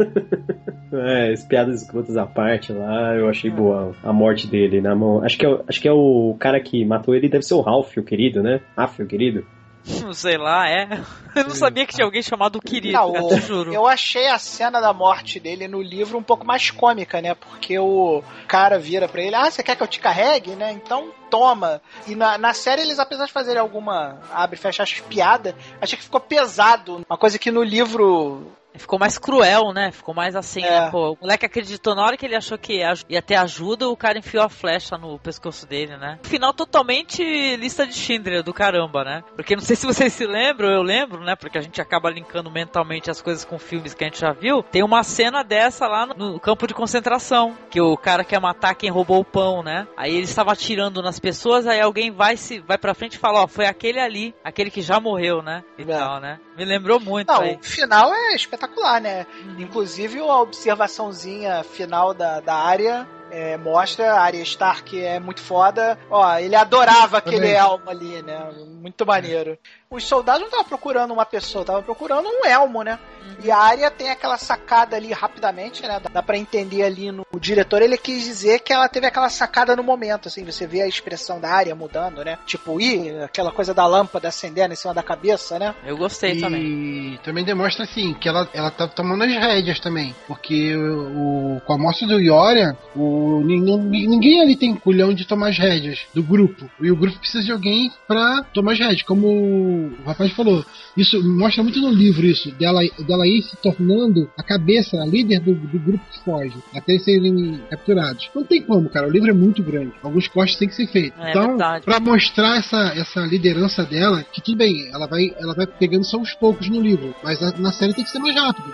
É, as piadas escrotas à parte lá, eu achei boa a morte dele na mão. Acho que é, acho que é o cara que matou ele, deve ser o Ralph, o querido, né? Ralph, o querido. Não sei lá, é. Eu não sabia que tinha alguém chamado querido, não, cara, eu juro. Eu achei a cena da morte dele no livro um pouco mais cômica, né? Porque o cara vira pra ele, ah, você quer que eu te carregue, né? Então toma. E na, na série eles, apesar de fazerem alguma abre e fecha piada, achei que ficou pesado. Uma coisa que no livro... Ficou mais cruel, né? Ficou mais assim, é. né? Pô, o moleque acreditou na hora que ele achou que ia, ia ter ajuda, o cara enfiou a flecha no pescoço dele, né? Final totalmente lista de Schindler do caramba, né? Porque não sei se vocês se lembram, eu lembro, né? Porque a gente acaba linkando mentalmente as coisas com filmes que a gente já viu. Tem uma cena dessa lá no, no campo de concentração, que o cara quer matar quem roubou o pão, né? Aí ele estava atirando nas pessoas, aí alguém vai, se, vai pra frente e fala, ó, foi aquele ali, aquele que já morreu, né? E é. tal, né? Me lembrou muito. Não, aí. O final é espetacular, né? Uhum. Inclusive a observaçãozinha final da, da área é, mostra a Arya Stark é muito foda. Ó, ele adorava aquele Também. elmo ali, né? Muito maneiro. Os soldados não estavam procurando uma pessoa, estavam procurando um elmo, né? Uhum. E a Arya tem aquela sacada ali rapidamente, né? Dá pra entender ali no o diretor, ele quis dizer que ela teve aquela sacada no momento, assim, você vê a expressão da Arya mudando, né? Tipo, ih, aquela coisa da lâmpada acendendo em cima da cabeça, né? Eu gostei e também. E também demonstra, assim, que ela, ela tá tomando as rédeas também, porque o, o, com a morte do Yoren, o, ninguém, ninguém ali tem culhão de tomar as rédeas do grupo, e o grupo precisa de alguém pra tomar as rédeas, como o rapaz falou. Isso mostra muito no livro, isso, dela, dela ir se tornando a cabeça, a líder do, do grupo que foge, até eles serem capturados. Não tem como, cara, o livro é muito grande, alguns cortes têm que ser feitos. É, então, verdade. Pra mostrar essa, essa liderança dela, que tudo bem, ela vai, ela vai pegando só aos poucos no livro, mas na, na série tem que ser mais rápido.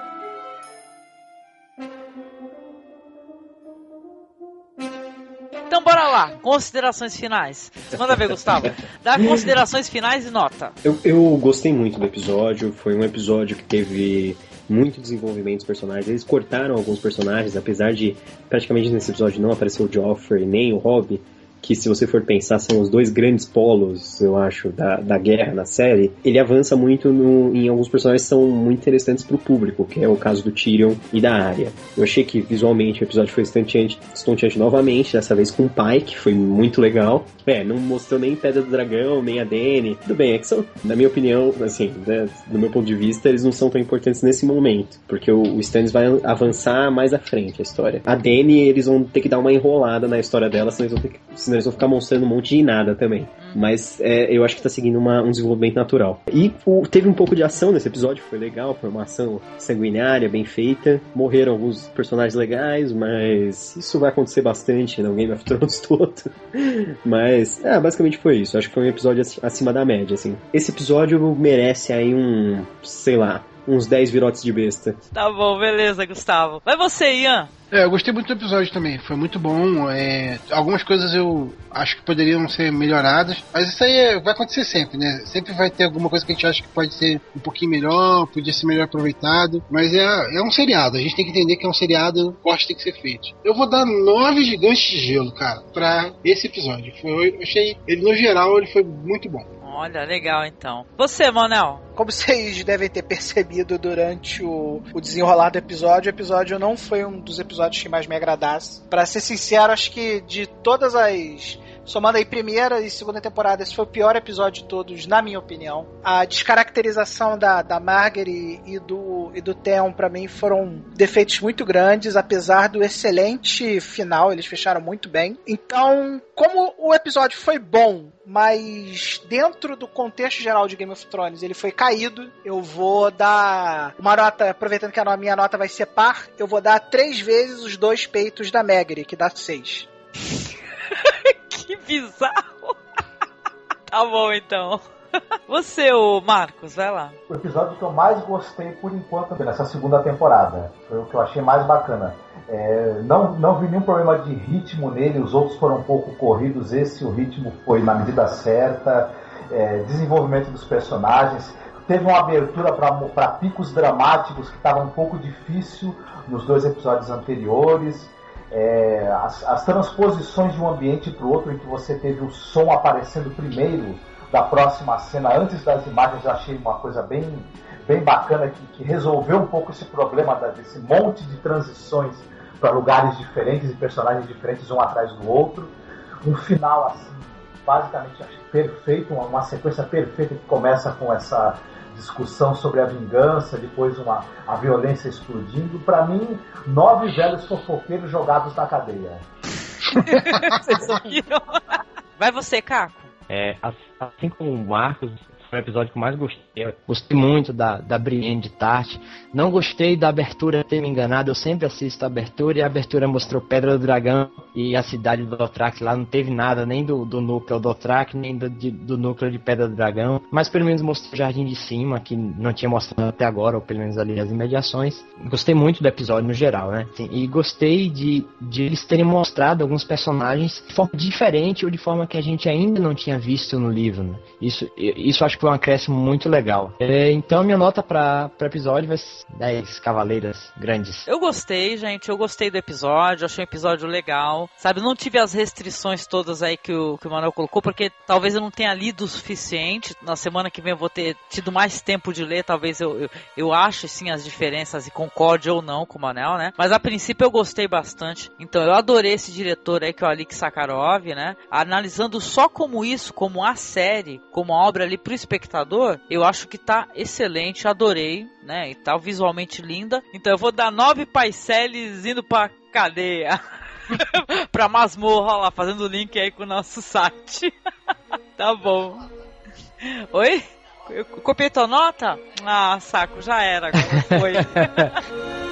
Então Então bora lá, considerações finais. Manda ver, Gustavo. Dá considerações finais e nota. Eu, eu gostei muito do episódio, foi um episódio que teve muito desenvolvimento dos personagens. Eles cortaram alguns personagens, apesar de praticamente nesse episódio não aparecer o Joffrey nem o Robb, que se você for pensar são os dois grandes polos, eu acho, da, da guerra na série. Ele avança muito no, em alguns personagens que são muito interessantes pro público, que é o caso do Tyrion e da Arya. Eu achei que visualmente o episódio foi estonteante, estonteante novamente, dessa vez com o Pike, foi muito legal. É, não mostrou nem Pedra do Dragão, nem a Dany. Tudo bem, é que são, na minha opinião, assim, né, do meu ponto de vista, eles não são tão importantes nesse momento, porque o, o Stannis vai avançar mais à frente a história. A Dany, eles vão ter que dar uma enrolada na história dela, senão eles vão ter que senão eles vão ficar mostrando um monte de nada também. Mas é, eu acho que tá seguindo uma, um desenvolvimento natural. E o, teve um pouco de ação nesse episódio, foi legal, foi uma ação sanguinária, bem feita. Morreram alguns personagens legais, mas isso vai acontecer bastante no Game of Thrones todo. Mas, é, basicamente foi isso. Acho que foi um episódio acima da média, assim. Esse episódio merece aí um, sei lá, uns dez virotes de besta. Tá bom, beleza, Gustavo. Vai você, Ian. É, eu gostei muito do episódio também, foi muito bom. É, algumas coisas eu acho que poderiam ser melhoradas, mas isso aí é, vai acontecer sempre, né? Sempre vai ter alguma coisa que a gente acha que pode ser um pouquinho melhor, podia ser melhor aproveitado, mas é, é um seriado, a gente tem que entender que é um seriado, o corte tem que ser feito. Eu vou dar nove gigantes de gelo, cara, pra esse episódio. Foi, eu achei, ele no geral, ele foi muito bom. Olha, legal então. Você, Manel? Como vocês devem ter percebido durante o, o desenrolar do episódio, o episódio não foi um dos episódios que mais me agradasse. Pra ser sincero, acho que de todas as... somando aí primeira e segunda temporada, esse foi o pior episódio de todos, na minha opinião. A descaracterização da, da Margaery e do, e do Theon, pra mim, foram defeitos muito grandes, apesar do excelente final, eles fecharam muito bem. Então, como o episódio foi bom, mas dentro do contexto geral de Game of Thrones ele foi caído, eu vou dar uma nota, aproveitando que a minha nota vai ser par, eu vou dar três vezes os dois peitos da Margaery, que dá seis. Que bizarro. Tá bom, então. Você, o Marcos, vai lá. O episódio que eu mais gostei, por enquanto, nessa segunda temporada. Foi o que eu achei mais bacana. É, não, não vi nenhum problema de ritmo nele, os outros foram um pouco corridos, esse o ritmo foi na medida certa, é, desenvolvimento dos personagens, teve uma abertura para picos dramáticos que estava um pouco difícil nos dois episódios anteriores, é, as, as transposições de um ambiente para o outro, em que você teve o som aparecendo primeiro da próxima cena, antes das imagens, eu achei uma coisa bem, bem bacana, que, que resolveu um pouco esse problema da, desse monte de transições para lugares diferentes e personagens diferentes um atrás do outro. Um final assim, basicamente acho perfeito, uma, uma sequência perfeita que começa com essa discussão sobre a vingança, depois uma, a violência explodindo. Para mim, nove velhos fofoqueiros jogados na cadeia. Vocês ouviram? Vai você, Caco. É, assim como o Marcos, foi o episódio que eu mais gostei. Eu gostei muito da, da Brienne de Tarth. Não gostei da abertura ter me enganado. Eu sempre assisto a abertura e a abertura mostrou Pedra do Dragão e a cidade do Dothraki. Lá não teve nada, nem do, do núcleo Dothraki, nem do, de, do núcleo de Pedra do Dragão. Mas pelo menos mostrou o Jardim de Cima, que não tinha mostrado até agora, ou pelo menos ali as imediações. Gostei muito do episódio no geral, né? Assim, e gostei de, de eles terem mostrado alguns personagens de forma diferente ou de forma que a gente ainda não tinha visto no livro, né? Isso, isso acho que foi um acréscimo muito legal. É, então minha nota para o episódio vai ser dez cavaleiras grandes. Eu gostei, gente. Eu gostei do episódio. Achei um episódio legal. Sabe, não tive as restrições todas aí que o, que o Manuel colocou, porque talvez eu não tenha lido o suficiente. Na semana que vem eu vou ter tido mais tempo de ler. Talvez eu, eu, eu ache, sim, as diferenças e concorde ou não com o Manuel, né? Mas a princípio eu gostei bastante. Então eu adorei esse diretor aí, que é o Alix Sakharov, né? Analisando só como isso, como a série, como a obra ali pro espectador, eu acho que tá excelente, adorei, né? E tá visualmente linda. Então eu vou dar nove paiceles indo pra cadeia. Pra masmorra lá, fazendo link aí com o nosso site. Tá bom. Oi? Eu copiei tua nota? Ah, saco, já era, agora foi.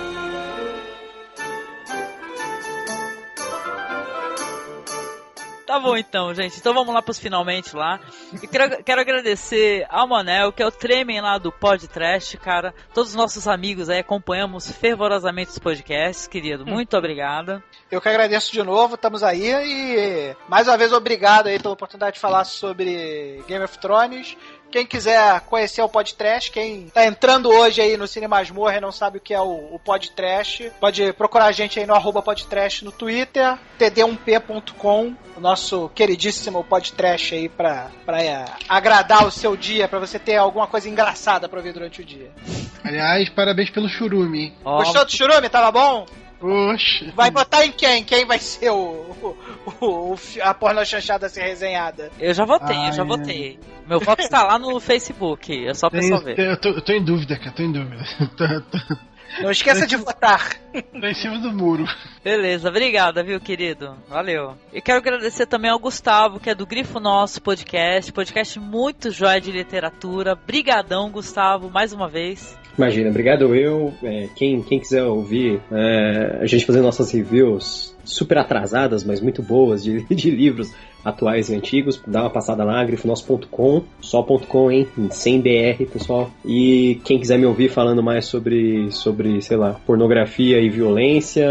Tá Tá bom então, gente. Então vamos lá pros finalmente lá. E quero, quero agradecer ao Manel, que é o Tremen lá do Podtrash, cara. Todos os nossos amigos aí acompanhamos fervorosamente os podcasts, querido. Muito hum. obrigada. Eu que agradeço de novo, estamos aí e mais uma vez obrigado aí pela oportunidade de falar sobre Game of Thrones. Quem quiser conhecer o Podtrash, quem tá entrando hoje aí no Cine Masmorra e não sabe o que é o, o Podtrash, pode procurar a gente aí no arroba Podtrash no Twitter, t d um p ponto com, o nosso queridíssimo Podtrash aí pra, pra é, agradar o seu dia, pra você ter alguma coisa engraçada pra ouvir durante o dia. Aliás, parabéns pelo churume. Oh. Gostou do churume? Tava bom? Oxe. Vai botar em quem? Quem vai ser o, o, o a porno chanchada a ser resenhada? Eu já votei, ah, eu já é. votei. Meu voto está lá no Facebook, é só o pessoal ver. Eu tô, eu tô em dúvida, cara, tô em dúvida. tô, tô... Não esqueça de votar. Tô em cima do muro. Beleza, obrigada, viu, querido? Valeu. E quero agradecer também ao Gustavo, que é do Grifo Nosso Podcast, podcast muito jóia de literatura. Brigadão, Gustavo, mais uma vez. Imagina, obrigado eu. É, quem, quem quiser ouvir é, a gente fazendo nossas reviews super atrasadas, mas muito boas, de, de livros atuais e antigos, dá uma passada lá, grifonosso ponto com, só ponto com, hein, sem D R, pessoal. E quem quiser me ouvir falando mais sobre, sobre sei lá, pornografia e violência,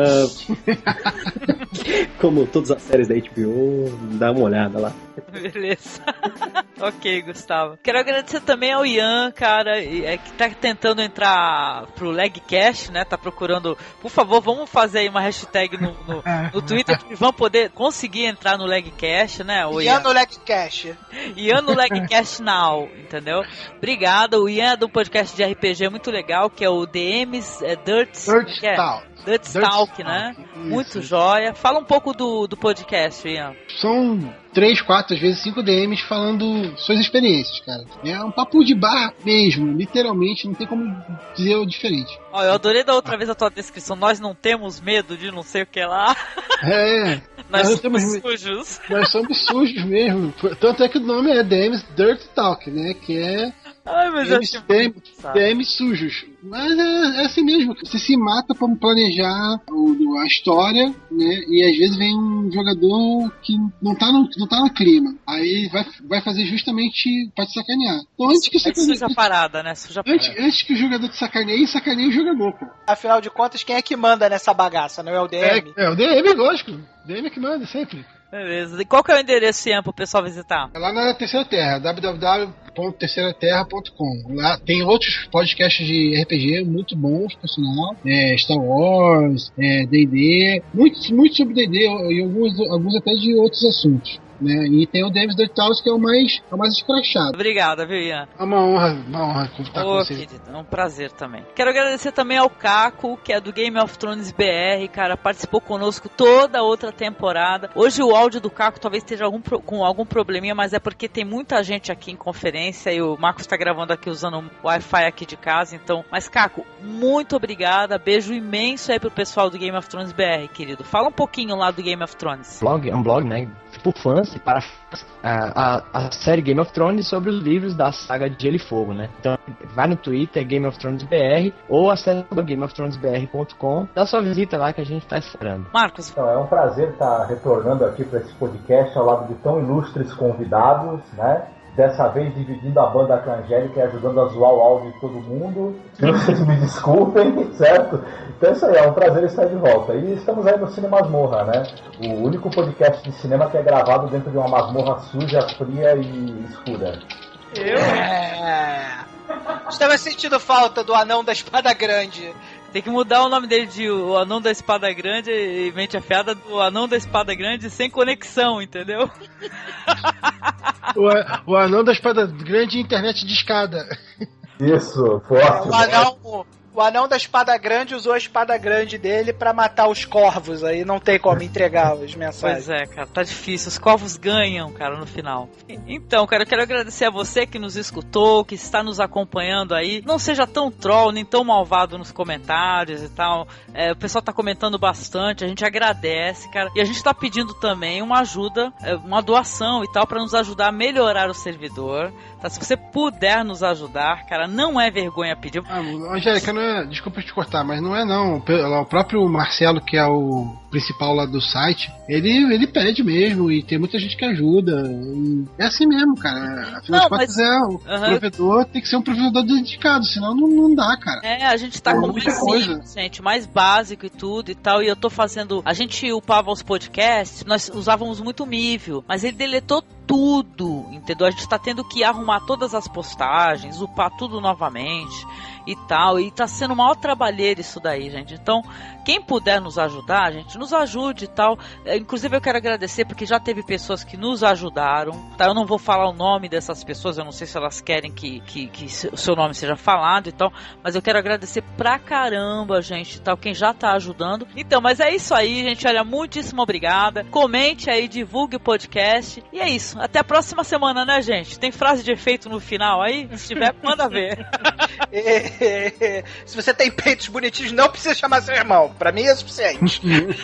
como todas as séries da H B O, dá uma olhada lá. Beleza. Ok, Gustavo. Quero agradecer também ao Ian, cara, é, que tá tentando entrar pro Legcast, né? Tá procurando. Por favor, vamos fazer aí uma hashtag no, no, no Twitter que vão poder conseguir entrar no Legcast, né? O Ian, Ian no Legcast. Ian no Legcast Now, entendeu? Obrigado. O Ian é do podcast de R P G muito legal, que é o D Ms é, Dirt, Dirt é? Talk. Dirt Talk, né? Isso. Muito jóia. Fala um pouco do, do podcast, Ian. São três, quatro, às vezes cinco D Ms falando suas experiências, cara. É um papo de bar mesmo, literalmente, não tem como dizer o diferente. Ó, eu adorei da outra vez a tua descrição. Nós não temos medo de não sei o que lá. É. Nós, nós somos temos, sujos. Nós somos sujos mesmo. Tanto é que o nome é D Ms Dirt Talk, né? Que é Ai, mas D Ms, D Ms, D Ms sujos. Mas é, é assim mesmo. Você se mata pra planejar o, a história, né? E às vezes vem um jogador que não tá no, não tá no clima. Aí vai, vai fazer justamente pra te sacanear. Então antes que você... Suja a parada, né? Suja a antes, parada. Antes que o jogador te sacaneie, sacaneie o jogador, pô. Afinal de contas, quem é que manda nessa bagaça? Não é o D M? É, é o D M, lógico. D M é que manda, sempre. Beleza. E qual que é o endereço, Ian, pro pessoal visitar? É lá na Terceira Terra, w w w ponto terceira terra ponto com. Lá tem outros podcasts de R P G muito bons, por sinal. É, Star Wars, é, D e D, muito, muito sobre D e D e alguns, alguns até de outros assuntos. Né? E tem o Davis Dirt Talks, que é o mais, é o mais escrachado. Obrigada, viu, Ian? É uma honra, uma honra contar oh, com você. Querido, é um prazer também. Quero agradecer também ao Caco, que é do Game of Thrones B R, cara, participou conosco toda a outra temporada. Hoje o áudio do Caco talvez esteja algum, com algum probleminha, mas é porque tem muita gente aqui em conferência e o Marcos está gravando aqui usando o Wi-Fi aqui de casa, então... Mas, Caco, muito obrigada, beijo imenso aí pro pessoal do Game of Thrones B R, querido. Fala um pouquinho lá do Game of Thrones. Blog, é um blog, né? Por fãs e para fãs, a, a, a série Game of Thrones sobre os livros da saga de Gelo e Fogo, né? Então vai no Twitter, Game of Thrones B R, ou acesse game of thrones b r ponto com, dá sua visita lá que a gente está esperando. Marcos. Então, é um prazer estar retornando aqui para esse podcast ao lado de tão ilustres convidados, né? Dessa vez dividindo a banda com a Angélica e ajudando a zoar o áudio de todo mundo. Vocês me desculpem, certo? Então é isso aí, é um prazer estar de volta. E estamos aí no Cine Masmorra, né? O único podcast de cinema que é gravado dentro de uma masmorra suja, fria e escura. Eu? É... Estava sentindo falta do anão da espada grande. Tem que mudar o nome dele de o Anão da Espada Grande e Mente Afiada do Anão da Espada Grande sem conexão, entendeu? O, o Anão da Espada Grande e internet de escada. Isso, forte. O anão, o anão da Espada Grande usou a espada grande dele pra matar os corvos, aí não tem como entregar as mensagens. Pois é, cara, tá difícil. Os corvos ganham, cara, no final. Então, cara, eu quero agradecer a você que nos escutou, que está nos acompanhando aí. Não seja tão troll, nem tão malvado nos comentários e tal. É, o pessoal tá comentando bastante, a gente agradece, cara. E a gente tá pedindo também uma ajuda, uma doação e tal, pra nos ajudar a melhorar o servidor. Tá? Se você puder nos ajudar, cara, não é vergonha pedir. Ah, Angélica, não é, desculpa te cortar, mas não é não. O próprio Marcelo, que é o principal lá do site, ele, ele pede mesmo, e tem muita gente que ajuda. É assim mesmo, cara. Afinal de contas, é, o uhum. provedor tem que ser um provedor dedicado, senão não, não dá, cara. É, a gente tá é com mais simples, gente, mais básico e tudo e tal, e eu tô fazendo... A gente upava os podcasts, nós usávamos muito o Mivio, mas ele deletou tudo, entendeu? A gente tá tendo que arrumar todas as postagens, upar tudo novamente e tal, e tá sendo o maior trabalheiro isso daí, gente. Então, quem puder nos ajudar, gente, nos ajude e tal. Inclusive eu quero agradecer porque já teve pessoas que nos ajudaram, tá? Eu não vou falar o nome dessas pessoas, eu não sei se elas querem que, que, que o seu nome seja falado e tal, mas eu quero agradecer pra caramba, gente, tal, quem já tá ajudando. Então, mas é isso aí, gente, olha, muitíssimo obrigada. Comente aí, divulgue o podcast, e é isso. Até a próxima semana, né, gente? Tem frase de efeito no final aí? Se tiver, manda ver. Se você tem peitos bonitinhos, não precisa chamar seu irmão. Pra mim é suficiente.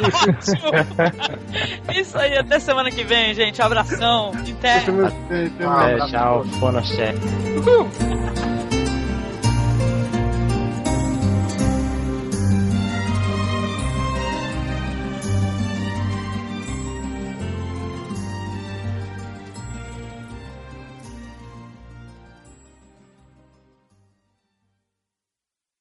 Isso aí, até semana que vem, gente. Abração. Até. Até, tchau. Boa noite.